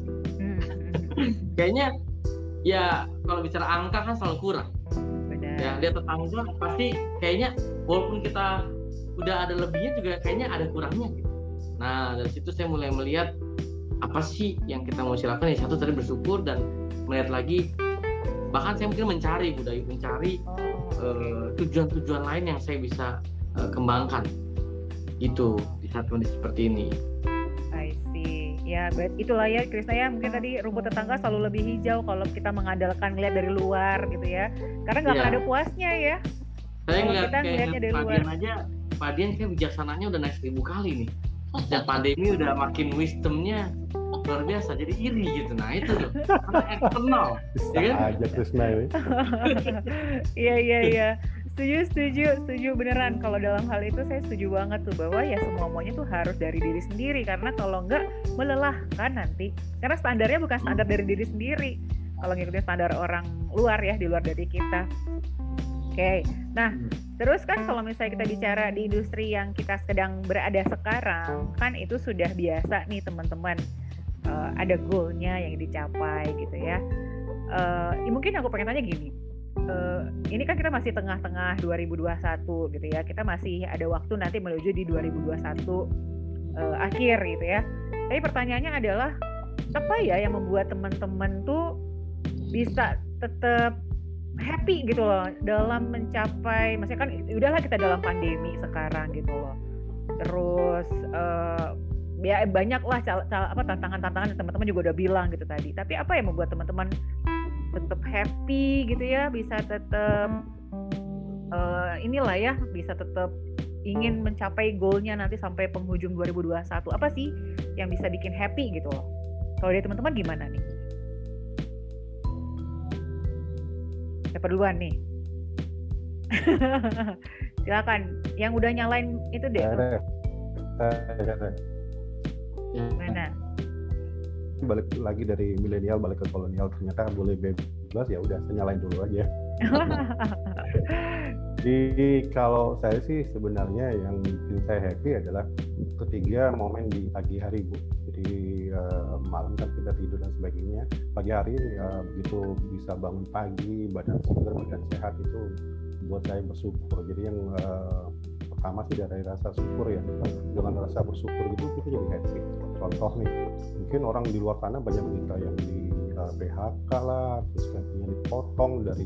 Kayaknya ya kalau bicara angka kan selalu kurang. Benar. Ya lihat tetangga pasti kayaknya walaupun kita udah ada lebihnya juga kayaknya ada kurangnya gitu. Nah dari situ saya mulai melihat apa sih yang kita mau silakan. Ya satu tadi bersyukur, dan melihat lagi bahkan saya mungkin mencari tujuan-tujuan lain yang saya bisa kembangkan itu di saat kondisi seperti ini. I see. Ya, itulah ya Krisna ya, mungkin tadi rumput tetangga selalu lebih hijau kalau kita mengandalkan ngeliat dari luar gitu ya. Karena nggak akan ada puasnya ya. Saya ngeliatnya dari luar aja, Pak Dian kayak bijaksananya udah naik 1000 kali nih. Dan pandemi udah makin wisdomnya luar biasa, jadi iri gitu. Nah itu loh, karena eksternal ya kan? Aja Krisna ini. Iya. Setuju beneran. Kalau dalam hal itu saya setuju banget tuh, bahwa ya semuanya tuh harus dari diri sendiri, karena kalau enggak melelahkan nanti. Karena standarnya bukan standar dari diri sendiri, kalau ngikutin standar orang luar ya, di luar dari kita. Oke. Nah, terus kan kalau misalnya kita bicara di industri yang kita sedang berada sekarang, kan itu sudah biasa nih teman-teman, ada goalnya yang dicapai gitu ya. Mungkin aku pengen tanya gini, ini kan kita masih tengah-tengah 2021 gitu ya, kita masih ada waktu nanti menuju di 2021 akhir gitu ya. Tapi pertanyaannya adalah, apa ya yang membuat teman-teman tuh bisa tetap happy gitu loh dalam mencapai, maksudnya kan udahlah kita dalam pandemi sekarang gitu loh. Terus ya banyak lah tantangan-tantangan, teman-teman juga udah bilang gitu tadi. Tapi apa yang membuat teman-teman tetap happy gitu ya, bisa tetap bisa tetap ingin mencapai goalnya nanti sampai penghujung 2021? Apa sih yang bisa bikin happy gitu loh? Kalau dari teman-teman gimana nih? Siapa duluan nih? Silakan, yang udah nyalain itu deh. Mana? Balik lagi dari milenial balik ke kolonial, ternyata boleh bebas, ya udah saya nyalain dulu aja. Jadi kalau saya sih sebenarnya yang bikin saya happy adalah ketiga momen di pagi hari, Bu. Jadi malam kan kita kita tidur dan sebagainya. Pagi hari begitu bisa bangun pagi, badan segar, badan sehat, itu buat saya bersyukur. Jadi yang pertama sih dari rasa syukur ya. Dengan rasa bersyukur itu kita jadi happy. Contoh nih, mungkin orang di luar sana banyak berita yang di PHK lah, terus gajinya dipotong dari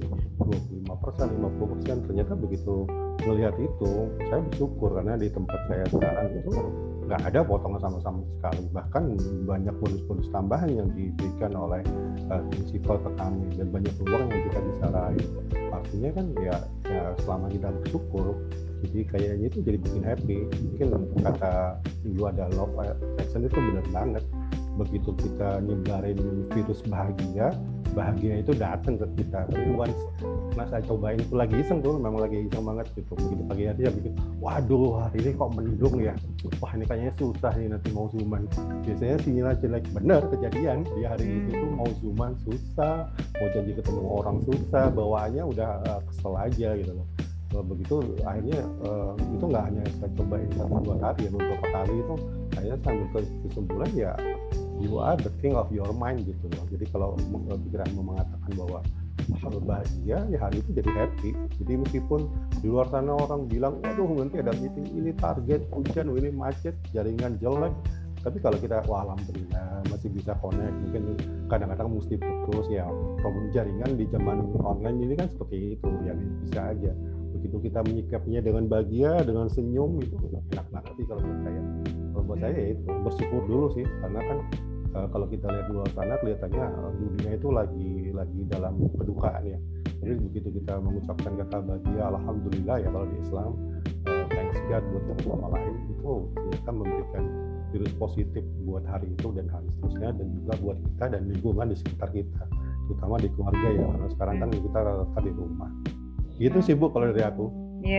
25%, 50%. Ternyata begitu melihat itu, saya bersyukur karena di tempat saya sekarang itu nggak ada potongan sama sekali. Bahkan banyak bonus-bonus tambahan yang diberikan oleh prinsipal ke kami, dan banyak peluang yang kita bisa raih. Artinya kan ya selama kita bersyukur, jadi kayaknya itu jadi bikin happy. Mungkin kata dulu ada law of attraction itu benar banget. Begitu kita nyebarin virus bahagia itu datang ke kita. Tapi once saya cobain itu lagi iseng tuh, memang lagi iseng banget gitu. Begitu pagi hari ya bikin, waduh hari ini kok mendung ya, wah ini kayaknya susah nih nanti mau zooman. Biasanya sinyal jelek, bener kejadian di hari itu tuh mau zooman susah, mau janji ketemu orang susah, bawaannya udah kesel aja gitu loh. Begitu akhirnya itu nggak hanya saya cobain 1-2 kali ya, beberapa kali itu saya sambil kesimpulan ya, you are the king of your mind gitu loh. Jadi kalau pikiranmu mengatakan bahwa harus bahagia, ya hari itu jadi happy. Jadi meskipun di luar sana orang bilang, waduh nanti ada meeting ini, target hujan, ini macet, jaringan jelek, tapi kalau kita wah alhamdulillah masih bisa connect. Mungkin kadang-kadang mesti putus ya, problem jaringan di zaman online ini kan seperti itu ya, bisa aja. Begitu kita menyikapinya dengan bahagia, dengan senyum, itu enak banget sih kalau buat saya. Kalau buat saya ya itu bersyukur dulu sih, karena kan kalau kita lihat di luar sana kelihatannya dunia itu lagi dalam kedukaan ya. Jadi begitu kita mengucapkan kata bahagia, alhamdulillah ya kalau di Islam, thanks God buat yang sama lain, itu ternyata memberikan virus positif buat hari itu dan hari seterusnya, dan juga buat kita dan lingkungan di sekitar kita, terutama di keluarga ya, karena sekarang kan kita rata di rumah. Gitu sih Bu kalau dari aku.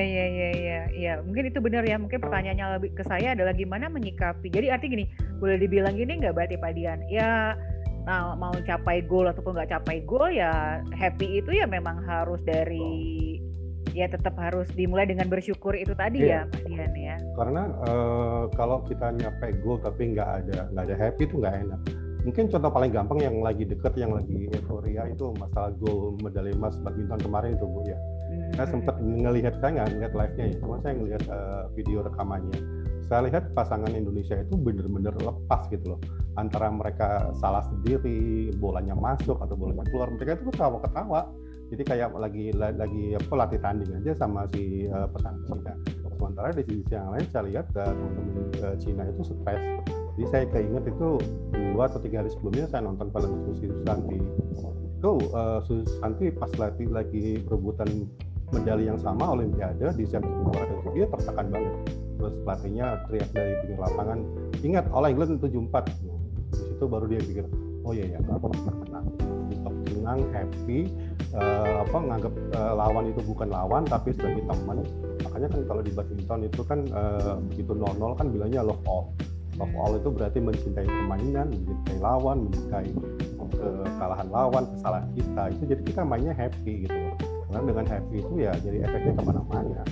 Iya. Mungkin itu benar ya. Mungkin pertanyaannya lebih ke saya adalah gimana menyikapi. Jadi artinya gini, boleh dibilang gini nggak berarti Pak Dian? Ya, nah, mau capai goal ataupun nggak capai goal ya happy itu ya memang harus dari ya tetap harus dimulai dengan bersyukur itu tadi ya Pak Dian ya. Karena kalau kita nyampe goal tapi nggak ada happy itu nggak enak. Mungkin contoh paling gampang yang lagi deket, yang lagi euforia itu masalah goal medali emas badminton kemarin itu Bu ya. Saya sempat ngelihat, saya nggak ngelihat live-nya ya, cuma saya ngelihat video rekamannya. Saya lihat pasangan Indonesia itu benar-benar lepas gitu loh, antara mereka salah sendiri, bolanya masuk atau bolanya keluar, mereka itu ketawa-ketawa. Jadi kayak lagi latih tanding aja sama si pesaing Cina. Sementara di sisi yang lain saya lihat teman-teman Cina itu stres. Jadi saya keinget itu 2 atau 3 hari sebelumnya saya nonton film Susi Susanti. Itu Susi Susanti pas lagi berebutan medali yang sama Olimpiade di Sydney itu dia tertekan banget. Terus pelatihnya teriak dari pinggir lapangan, ingat All England 74. Di situ baru dia pikir, oh iya ya, aku pernah menang. Tetap tenang, happy, nganggap lawan itu bukan lawan tapi sebagai teman. Makanya kan kalau di badminton itu kan begitu 0-0 kan bilangnya love all. Love all itu berarti mencintai permainan, mencintai lawan, mencintai kekalahan lawan, kesalahan kita. Itu jadi kita mainnya happy gitu. Karena dengan happy itu ya jadi efeknya kemana-mana.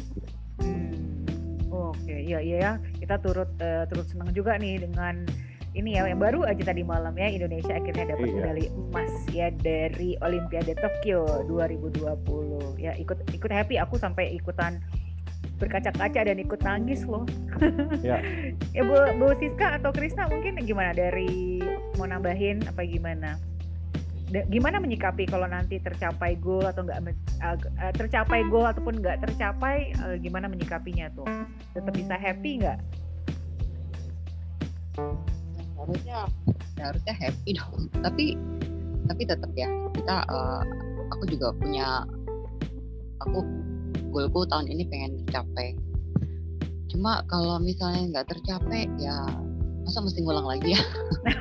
Oke, iya. Kita turut senang juga nih dengan ini ya, yang baru aja tadi malam ya, Indonesia akhirnya dapat medali emas ya dari Olimpiade Tokyo 2020. Ya ikut happy, aku sampai ikutan berkaca-kaca dan ikut nangis loh. Ya Bu Siska atau Krisna mungkin gimana, dari mau nambahin apa gimana? Gimana menyikapi kalau nanti tercapai goal atau nggak tercapai goal ataupun nggak tercapai, gimana menyikapinya tuh? Tetap bisa happy nggak? Harusnya happy dong. Tapi tetap ya kita aku juga punya, goalku tahun ini pengen tercapai. Cuma kalau misalnya nggak tercapai ya masa mesti ngulang lagi ya.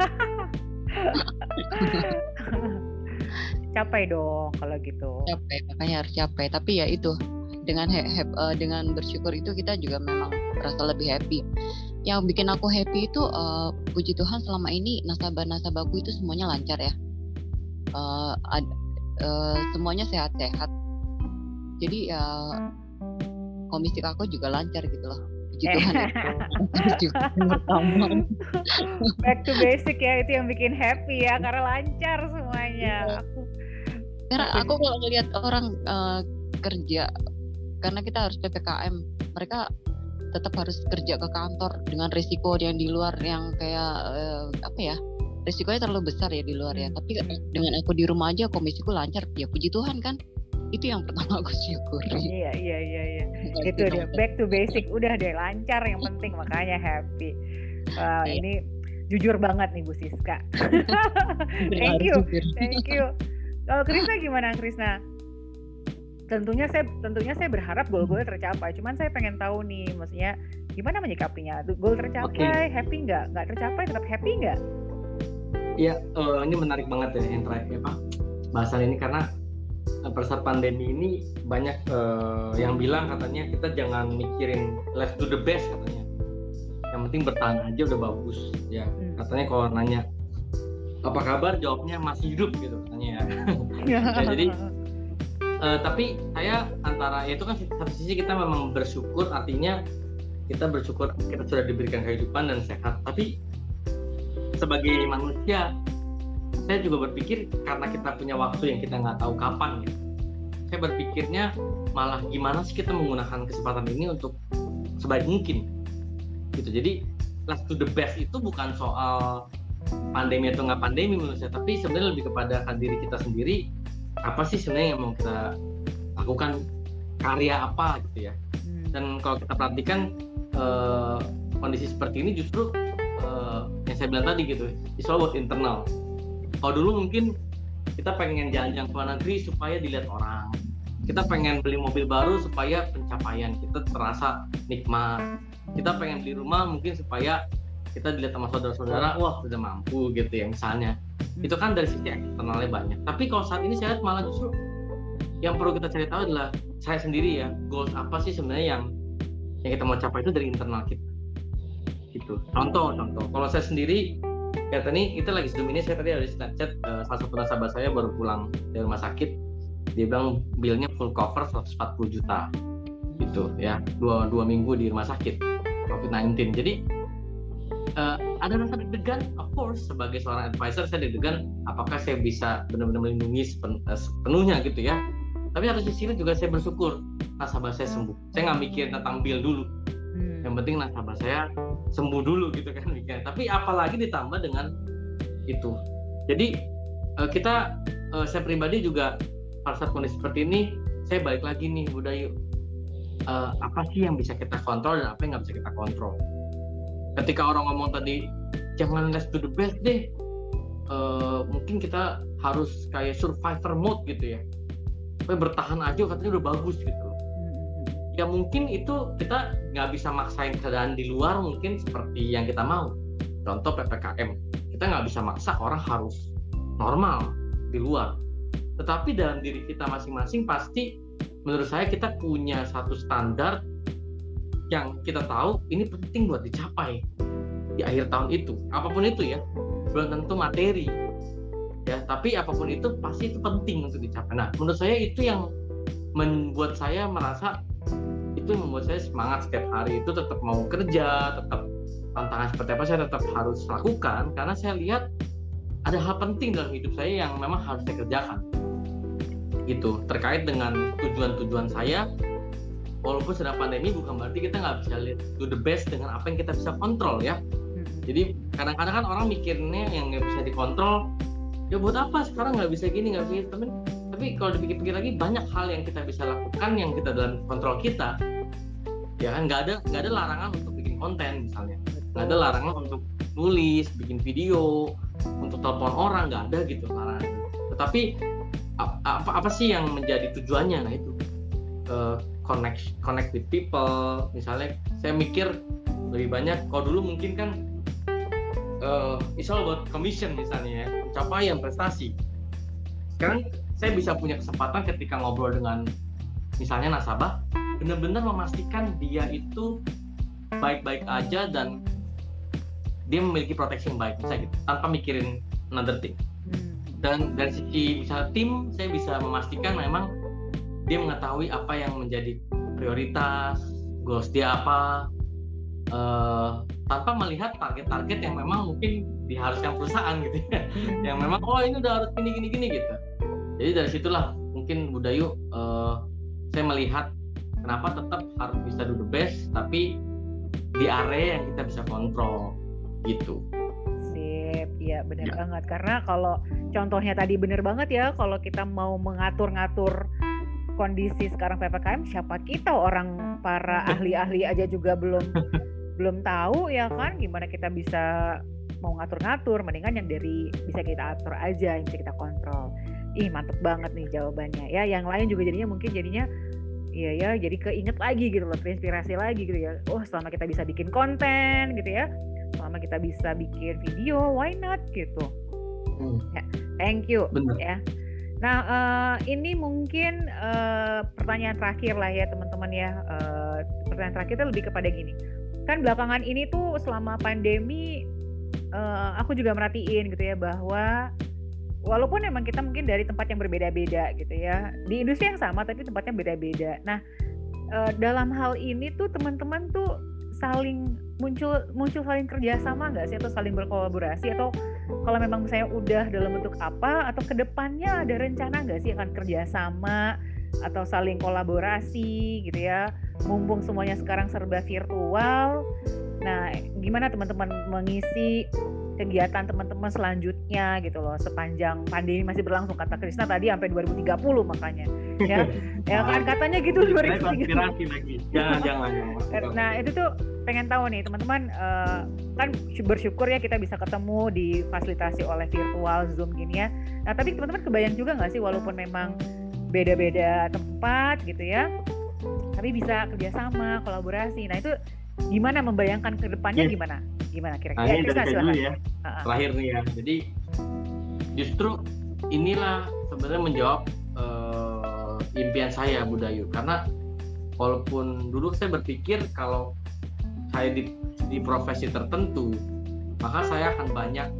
Capai dong kalau gitu. Capai, makanya harus capai. Tapi ya itu dengan dengan bersyukur itu kita juga memang merasa lebih happy. Yang bikin aku happy itu puji Tuhan selama ini nasabah-nasabahku itu semuanya lancar ya. Semuanya sehat-sehat. Jadi ya komisi aku juga lancar gitu loh. puji Tuhan itu juga yang pertama. Back to basic ya, itu yang bikin happy ya, karena lancar semuanya. Karena aku kalau ngelihat orang kerja, karena kita harus PPKM, mereka tetap harus kerja ke kantor dengan risiko yang di luar yang kayak risikonya terlalu besar ya di luar ya. Tapi dengan aku di rumah aja komisiku lancar, ya puji Tuhan kan. Itu yang pertama aku syukuri. Iya. Itu dia, back to basic, udah deh lancar yang penting, makanya happy. Ini jujur banget nih Bu Siska. Thank you. Kalau Krisna gimana Krisna? Tentunya saya berharap goal-goalnya tercapai. Cuman saya pengen tahu nih, maksudnya gimana menyikapinya? Goal tercapai, happy nggak? Nggak tercapai tetap happy nggak? Iya, ini menarik banget ya yang terakhir bahasan ini, karena pada saat pandemi ini banyak yang bilang katanya kita jangan mikirin let's do the best katanya. Yang penting bertahan aja udah bagus ya. Katanya kalau nanya apa kabar, jawabnya masih hidup gitu katanya ya. Jadi tapi saya antara itu kan satu sisi kita memang bersyukur, artinya kita bersyukur kita sudah diberikan kehidupan dan sehat. Tapi sebagai manusia saya juga berpikir karena kita punya waktu yang kita nggak tahu kapan ya. Saya berpikirnya malah gimana sih kita menggunakan kesempatan ini untuk sebaik mungkin gitu. Jadi let's do the best itu bukan soal pandemi atau nggak pandemi menurut saya, tapi sebenarnya lebih kepada diri kita sendiri, apa sih sebenarnya yang mau kita lakukan, karya apa gitu ya. Dan kalau kita perhatikan kondisi seperti ini justru yang saya bilang tadi gitu, it's all about internal. Kalau dulu mungkin kita pengen jalan-jalan ke luar negeri supaya dilihat orang, kita pengen beli mobil baru supaya pencapaian kita terasa nikmat, kita pengen beli rumah mungkin supaya kita dilihat sama saudara-saudara, wah sudah mampu gitu ya misalnya. Itu kan dari sisi eksternalnya banyak. Tapi kalau saat ini saya lihat malah justru yang perlu kita cari tahu adalah saya sendiri ya, goals apa sih sebenarnya yang kita mau capai itu dari internal kita gitu. Contoh kalau saya sendiri ya, tadi kita lagi Zoom ini, saya tadi ada di Snapchat salah satu nasabah saya baru pulang dari rumah sakit, dia bilang bilnya full cover 140 juta gitu ya, 2 minggu di rumah sakit COVID-19. Jadi ada rasa deg-degan, of course sebagai seorang advisor saya deg-degan apakah saya bisa benar-benar melindungi sepenuhnya gitu ya. Tapi harus di sini juga saya bersyukur nasabah saya sembuh. Saya nggak mikir tentang bill dulu, yang penting nasabah saya sembuh dulu gitu kan mikirnya. Tapi apalagi ditambah dengan itu. Jadi saya pribadi juga pada saat kondisi seperti ini, saya balik lagi nih udah yuk, apa sih yang bisa kita kontrol dan apa yang nggak bisa kita kontrol. Ketika orang ngomong tadi jangan let's do the best deh, mungkin kita harus kayak survivor mode gitu ya, bertahan aja katanya udah bagus gitu. Ya mungkin itu kita nggak bisa maksain keadaan di luar mungkin seperti yang kita mau. Contoh PPKM, kita nggak bisa maksa orang harus normal di luar. Tetapi dalam diri kita masing-masing pasti menurut saya kita punya satu standar yang kita tahu ini penting buat dicapai di akhir tahun itu. Apapun itu ya, belum tentu materi ya, tapi apapun itu pasti itu penting untuk dicapai. Nah menurut saya itu yang membuat saya merasa, itu membuat saya semangat setiap hari itu tetap mau kerja, tetap tantangan seperti apa saya tetap harus lakukan, karena saya lihat ada hal penting dalam hidup saya yang memang harus saya kerjakan gitu, terkait dengan tujuan-tujuan saya. Walaupun sedang pandemi bukan berarti kita nggak bisa do the best dengan apa yang kita bisa kontrol ya. Jadi kadang-kadang kan orang mikirnya yang nggak bisa dikontrol, ya buat apa sekarang nggak bisa gini, nggak bisa temen. Tapi kalau dipikir-pikir lagi banyak hal yang kita bisa lakukan yang kita dalam kontrol kita. Ya kan nggak ada larangan untuk bikin konten misalnya, nggak ada larangan untuk nulis, bikin video, untuk telepon orang, nggak ada gitu larangan. Tetapi apa sih yang menjadi tujuannya? Nah itu connect with people. Misalnya saya mikir lebih banyak, kalau dulu mungkin kan it's all about commission misalnya ya, pencapaian prestasi. Sekarang saya bisa punya kesempatan ketika ngobrol dengan misalnya nasabah, benar-benar memastikan dia itu baik-baik aja dan dia memiliki proteksi yang baik, misalnya gitu, tanpa mikirin another thing. Dan dari sisi misalnya tim, saya bisa memastikan memang dia mengetahui apa yang menjadi prioritas, goals dia apa, tanpa melihat target-target yang memang mungkin diharuskan perusahaan gitu ya, yang memang ini udah harus gini gitu. Jadi dari situlah mungkin Budayu saya melihat kenapa tetap harus bisa do the best tapi di area yang kita bisa kontrol gitu. Sip, ya benar banget. Karena kalau contohnya tadi benar banget ya, kalau kita mau mengatur-ngatur kondisi sekarang PPKM, siapa kita orang para ahli-ahli aja juga belum tahu ya kan, gimana kita bisa mau ngatur-ngatur, mendingan yang dari bisa kita atur aja, yang bisa kita kontrol. Mantep banget nih jawabannya ya. Yang lain juga jadinya iya ya, jadi keinget lagi gitu loh, terinspirasi lagi gitu ya. Selama kita bisa bikin konten gitu ya, selama kita bisa bikin video, why not gitu. Ya, thank you. Bener. Ya. Nah, ini mungkin pertanyaan terakhir lah ya teman-teman ya. Pertanyaan terakhir itu lebih kepada gini. Kan belakangan ini tuh selama pandemi, aku juga merhatiin gitu ya, bahwa walaupun memang kita mungkin dari tempat yang berbeda-beda gitu ya, di industri yang sama tapi tempatnya beda-beda. Nah, dalam hal ini tuh teman-teman tuh saling muncul saling kerjasama nggak sih, atau saling berkolaborasi, atau kalau memang misalnya udah dalam bentuk apa, atau kedepannya ada rencana nggak sih akan kerjasama atau saling kolaborasi gitu ya, mumpung semuanya sekarang serba virtual. Nah, gimana teman-teman mengisi kegiatan teman-teman selanjutnya gitu loh, sepanjang pandemi masih berlangsung, kata Krisna tadi sampai 2030 makanya ya. Ya kan katanya gitu 2030 lagi. Jangan. Nah, itu tuh pengen tahu nih teman-teman, kan bersyukur ya kita bisa ketemu difasilitasi oleh virtual Zoom gini ya. Nah, tapi teman-teman kebayang juga nggak sih, walaupun memang beda-beda tempat gitu ya, tapi bisa kerjasama, kolaborasi. Nah, itu gimana membayangkan ke depannya? Gimana kira-kira? Ini dari saya dulu ya, terakhir nih ya. Jadi justru inilah sebenarnya menjawab impian saya Budayu, karena walaupun dulu saya berpikir kalau saya di profesi tertentu maka saya akan banyak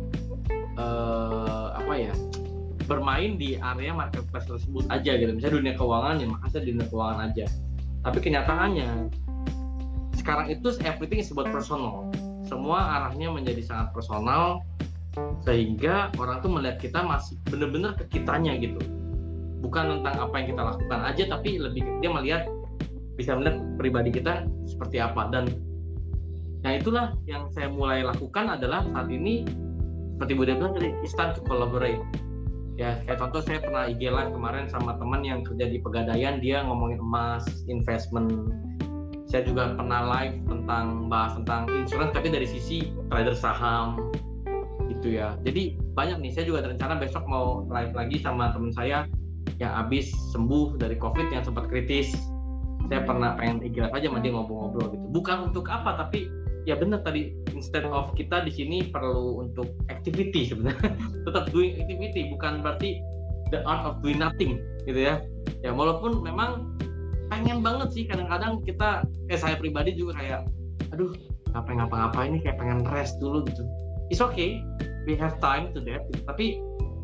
bermain di area marketplace tersebut aja gitu, misalnya dunia keuangan ya maka saya di dunia keuangan aja. Tapi kenyataannya sekarang itu everything is about personal, semua arahnya menjadi sangat personal, sehingga orang tuh melihat kita masih bener-bener ke kitanya gitu, bukan tentang apa yang kita lakukan aja, tapi lebih dia bisa melihat pribadi kita seperti apa. Dan itulah yang saya mulai lakukan adalah saat ini, seperti Budayu bilang tadi, it's time to collaborate ya. Kayak contoh, saya pernah IG live kemarin sama teman yang kerja di Pegadaian, dia ngomongin emas, investment. Saya juga pernah live bahas tentang insurance tapi dari sisi trader saham gitu ya. Jadi banyak nih, saya juga ada rencana besok mau live lagi sama teman saya yang habis sembuh dari COVID yang sempat kritis. Saya pengen IG live aja sama dia, ngobrol-ngobrol gitu. Bukan untuk apa, tapi ya benar tadi, instead of kita di sini perlu untuk activity sebenarnya. Tetap doing activity, bukan berarti the art of doing nothing gitu ya. Ya walaupun memang pengen banget sih kadang-kadang kita, saya pribadi juga kayak aduh nggak pengen ngapa-ngapain nih, kayak pengen rest dulu gitu. It's okay, we have time to that gitu. Tapi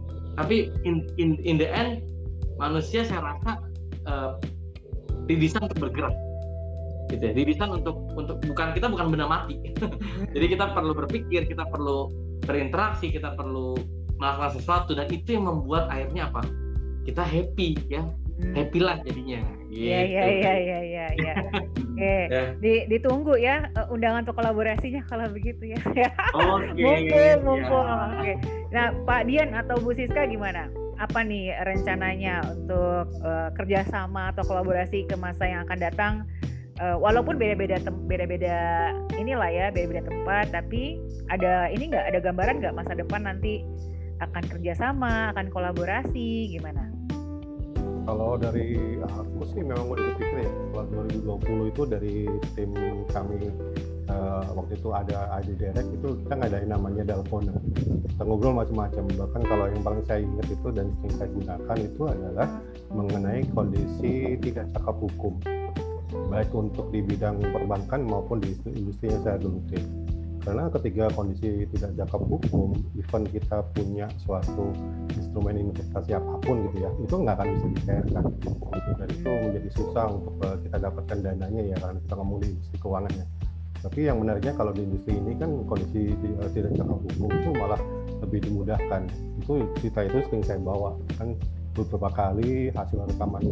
in the end manusia saya rasa didesain untuk bergerak gitu ya, didesain untuk bukan benda mati. Jadi kita perlu berpikir, kita perlu berinteraksi, kita perlu melakukan sesuatu, dan itu yang membuat akhirnya apa, kita happy ya. Happy lah jadinya. Iya. Oke. Ditunggu ya undangan untuk kolaborasinya kalau begitu ya. Mumpung. Oke. Nah, Pak Dian atau Bu Siska gimana? Apa nih rencananya untuk kerjasama atau kolaborasi ke masa yang akan datang? Walaupun beda-beda inilah ya, beda-beda tempat, tapi ada gambaran nggak masa depan nanti akan kerjasama, akan kolaborasi gimana? Kalau dari aku sih memang udah berpikir ya, kalau 2020 itu dari tim kami waktu itu ada direct itu kita ngadain namanya Dalpona. Kita ngobrol macam-macam. Bahkan kalau yang paling saya ingat itu dan sering saya gunakan itu adalah mengenai kondisi tidak cakap hukum, baik untuk di bidang perbankan maupun di industri yang saya geluti. Karena ketika kondisi tidak cakap hukum, even kita punya suatu instrumen investasi apapun gitu ya, itu nggak akan bisa dicairkan. Dan itu menjadi susah untuk kita dapatkan dananya ya, karena kita ngomong di industri keuangan ya. Tapi yang menariknya kalau di industri ini kan kondisi tidak cakap hukum itu malah lebih dimudahkan. Itu cerita itu sering saya bawa kan beberapa kali hasil rekaman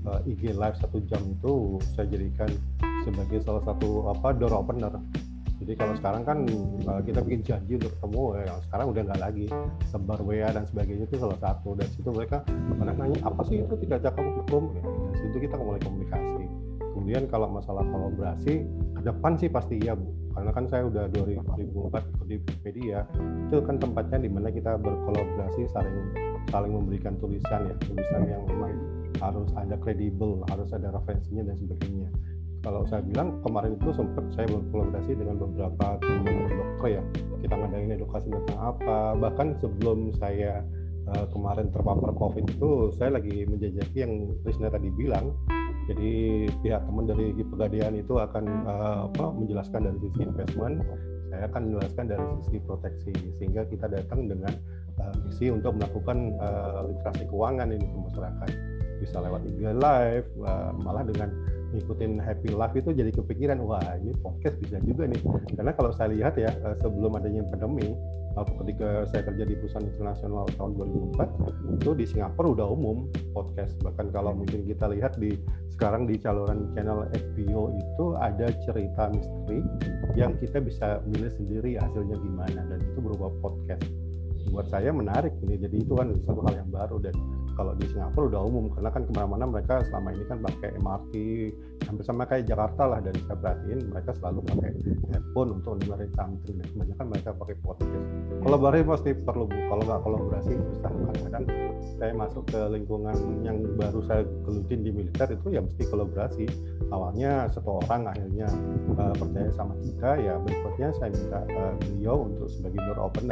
IG live 1 jam itu saya jadikan sebagai salah satu door opener. Jadi kalau sekarang kan kita bikin janji untuk ketemu, sekarang udah nggak lagi, sebar WA dan sebagainya itu salah satu. Dan situ mereka nanya apa sih itu tidak cakap hukum, dari situ kita mulai komunikasi. Kemudian kalau masalah kolaborasi ke depan sih pasti iya Bu, karena kan saya udah 2004 di media, itu kan tempatnya di mana kita berkolaborasi, saling memberikan tulisan yang memang harus ada kredibel, harus ada referensinya dan sebagainya. Kalau saya bilang kemarin itu sempat saya berkolaborasi dengan beberapa teman dokter ya, kita ngadain edukasi tentang apa, bahkan sebelum saya kemarin terpapar COVID itu saya lagi menjajaki yang Krisna tadi bilang. Jadi pihak teman dari Pegadaian itu akan menjelaskan dari sisi investment, saya akan menjelaskan dari sisi proteksi, sehingga kita datang dengan misi untuk melakukan literasi keuangan ini ke masyarakat, bisa lewat IG Live, malah dengan ngikutin Happy Life itu jadi kepikiran, wah ini podcast bisa juga nih, karena kalau saya lihat ya sebelum adanya pandemi, ketika saya kerja di perusahaan internasional tahun 2004 itu di Singapura udah umum podcast, bahkan kalau mungkin kita lihat sekarang di saluran channel HBO itu ada cerita misteri yang kita bisa milih sendiri hasilnya gimana, dan itu berupa podcast. Buat saya menarik ini, jadi itu kan satu hal yang baru. Dan kalau di Singapura udah umum, karena kan kemana-mana mereka selama ini kan pakai MRT, hampir sama kayak Jakarta lah, dan saya perhatiin mereka selalu pakai headphone untuk dengerin something, dan kebanyakan mereka pakai podcast. Kolaborasi pasti perlu Bu, kalau nggak kolaborasi susah. Kadang saya masuk ke lingkungan yang baru saya gelutin di militer itu ya mesti kolaborasi. Awalnya satu orang, akhirnya percaya sama kita, ya berikutnya saya minta beliau untuk sebagai door opener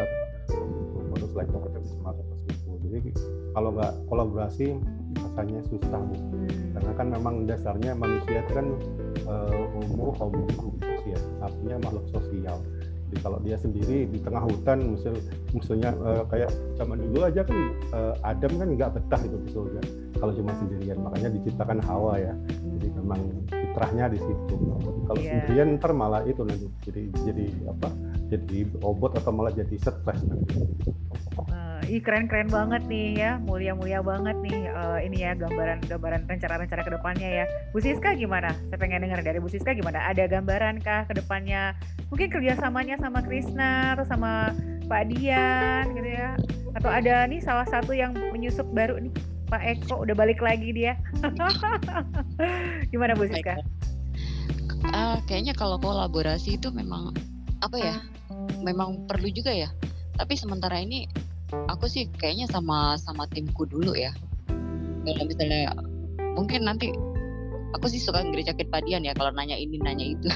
untuk slide kompetisi atau itu. Jadi kalau nggak kolaborasi rasanya susah Bu, karena kan memang dasarnya manusia itu kan homo hominus ya, artinya makhluk sosial. Jadi kalau dia sendiri di tengah hutan, misalnya kayak zaman dulu aja kan Adam kan nggak betah itu di surga kalau cuma sendirian, makanya diciptakan Hawa ya. Jadi memang fitrahnya di situ. Kalau sendirian ntar malah itu nanti jadi robot atau malah jadi stres nanti. Keren-keren banget nih ya, mulia-mulia banget nih ini ya gambaran rencana-rencana ke depannya ya. Bu Siska gimana? Saya pengen dengar dari Bu Siska gimana? Ada gambaran kah ke depannya? Mungkin kerjasamanya sama Krisna atau sama Pak Dian gitu ya? Atau ada nih salah satu yang menyusup baru nih, Pak Eko udah balik lagi dia. Gimana Bu Siska? Kayaknya kalau kolaborasi itu memang memang perlu juga ya. Tapi sementara ini aku sih kayaknya sama timku dulu ya. Kalau misalnya mungkin nanti aku sih suka ngerecakin Pak Dian ya kalau nanya ini nanya itu.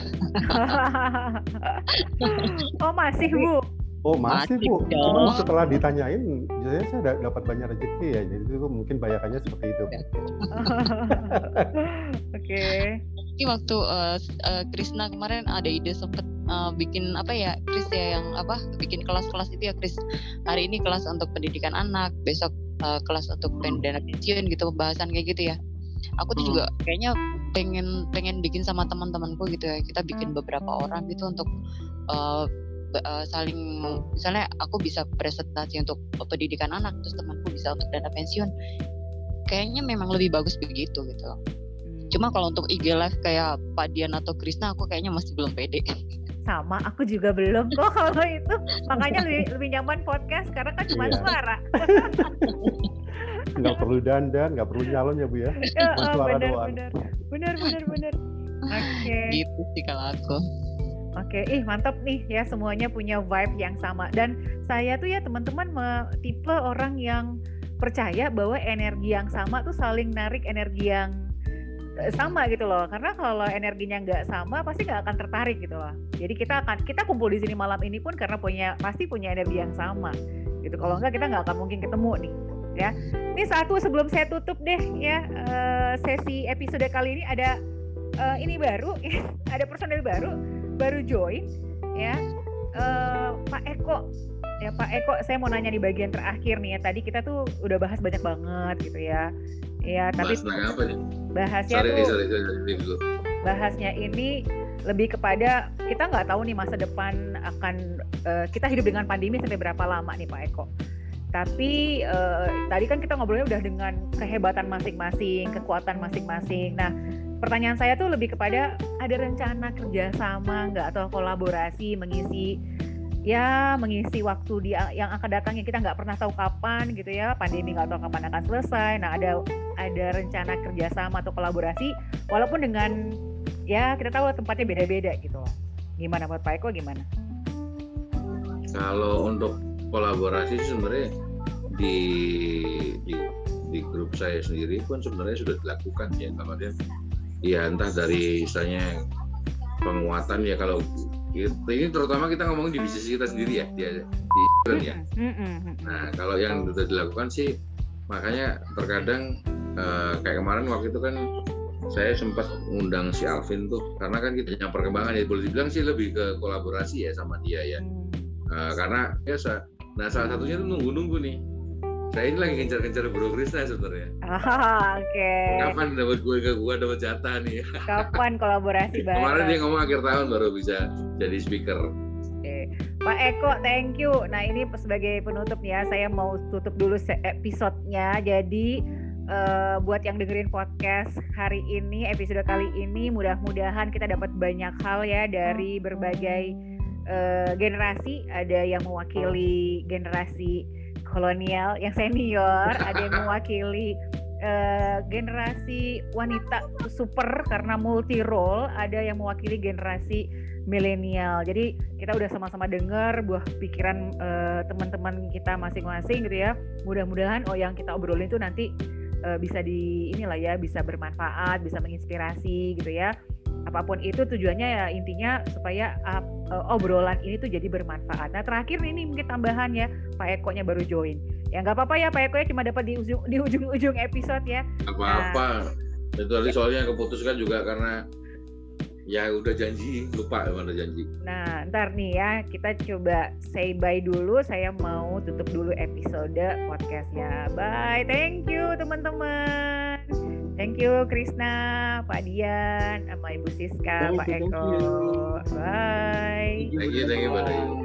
Oh masih Bu? Oh masih Bu. Cuma setelah ditanyain, biasanya saya dapat banyak rezeki ya. Jadi itu mungkin bayarannya seperti itu. Oke. Ini waktu Krisna kemarin ada ide sempet bikin Kris ya yang bikin kelas-kelas itu ya Kris. Hari ini kelas untuk pendidikan anak, besok kelas untuk dana pensiun gitu, pembahasan kayak gitu ya. Aku tuh juga kayaknya pengen bikin sama teman-temanku gitu ya. Kita bikin beberapa orang gitu untuk saling, misalnya aku bisa presentasi untuk pendidikan anak, terus temanku bisa untuk dana pensiun. Kayaknya memang lebih bagus begitu gitu. Cuma kalau untuk IG live kayak Pak Dian atau Krisna, aku kayaknya masih belum pede. Sama, aku juga belum kok kalau itu. Makanya lebih nyaman podcast karena kan cuma suara. Nggak perlu dandan, nggak perlu nyalon ya Bu ya. Suara doang. Benar. Oke. Gitu sih kalau aku. Oke, mantap nih ya, semuanya punya vibe yang sama. Dan saya tuh ya teman-teman tipe orang yang percaya bahwa energi yang sama tuh saling narik energi yang sama gitu loh, karena kalau energinya nggak sama pasti nggak akan tertarik gitu loh. Jadi kita kumpul di sini malam ini pun karena pasti punya energi yang sama gitu. Kalau nggak kita nggak akan mungkin ketemu nih ya. Ini sebelum saya tutup deh ya sesi episode kali ini ada ini baru ada personel baru join ya, Pak Eko. Ya Pak Eko, saya mau nanya di bagian terakhir nih ya. Tadi kita tuh udah bahas banyak banget gitu ya. Ya, tapi bahas apa nih? Bahasnya sorry, tuh dulu. bahasnya ini lebih kepada kita nggak tahu nih masa depan akan kita hidup dengan pandemi sampai berapa lama nih Pak Eko. Tapi tadi kan kita ngobrolnya udah dengan kehebatan masing-masing, kekuatan masing-masing. Nah, pertanyaan saya tuh lebih kepada ada rencana kerjasama nggak atau kolaborasi mengisi waktu yang akan datang yang kita nggak pernah tahu kapan gitu ya, pandemi nggak tahu kapan akan selesai. Nah, ada rencana kerjasama atau kolaborasi walaupun dengan ya kita tahu tempatnya beda-beda gitu. Gimana buat Pak Eko gimana? Kalau untuk kolaborasi sebenarnya di grup saya sendiri pun sebenarnya sudah dilakukan ya, kalau dia ya entah dari misalnya penguatan ya, kalau ini terutama kita ngomongin di bisnis kita sendiri ya, ya. Nah kalau yang sudah dilakukan sih makanya terkadang kayak kemarin waktu itu kan saya sempat ngundang si Alvin tuh, karena kan kita punya perkembangan ya, boleh dibilang sih lebih ke kolaborasi ya sama dia ya. Karena biasa, nah salah satunya tuh nunggu nih. Saya ini lagi kencar-kencar Bro Krisna sebenarnya. Oke. Kapan dapat gue dapat jatah nih? Kapan kolaborasi bareng? Kemarin dia ngomong akhir tahun baru bisa jadi speaker. Oke. Pak Eko, thank you. Nah ini sebagai penutup nih ya, saya mau tutup dulu episodenya. Jadi buat yang dengerin podcast hari ini, episode kali ini, mudah-mudahan kita dapat banyak hal ya dari berbagai generasi. Ada yang mewakili generasi kolonial yang senior, ada yang mewakili generasi wanita super karena multi role, ada yang mewakili generasi milenial. Jadi kita udah sama-sama dengar buah pikiran teman-teman kita masing-masing gitu ya. Mudah-mudahan yang kita obrolin itu nanti bisa bisa bermanfaat, bisa menginspirasi gitu ya. Apapun itu tujuannya ya intinya supaya obrolan ini tuh jadi bermanfaat. Nah terakhir ini mungkin tambahan ya, Pak Eko-nya baru join. Ya nggak apa-apa ya Pak Eko ya, cuma dapat di ujung episode ya. Apa-apa. Itu tadi soalnya keputuskan juga karena ya udah janji, lupa mana janji. Nah ntar nih ya, kita coba say bye dulu. Saya mau tutup dulu episode podcastnya. Bye, thank you teman-teman. Thank you Krisna, Pak Dian, sama Ibu Siska, Pak Eko. Bye. Thank you, Pak Dayu.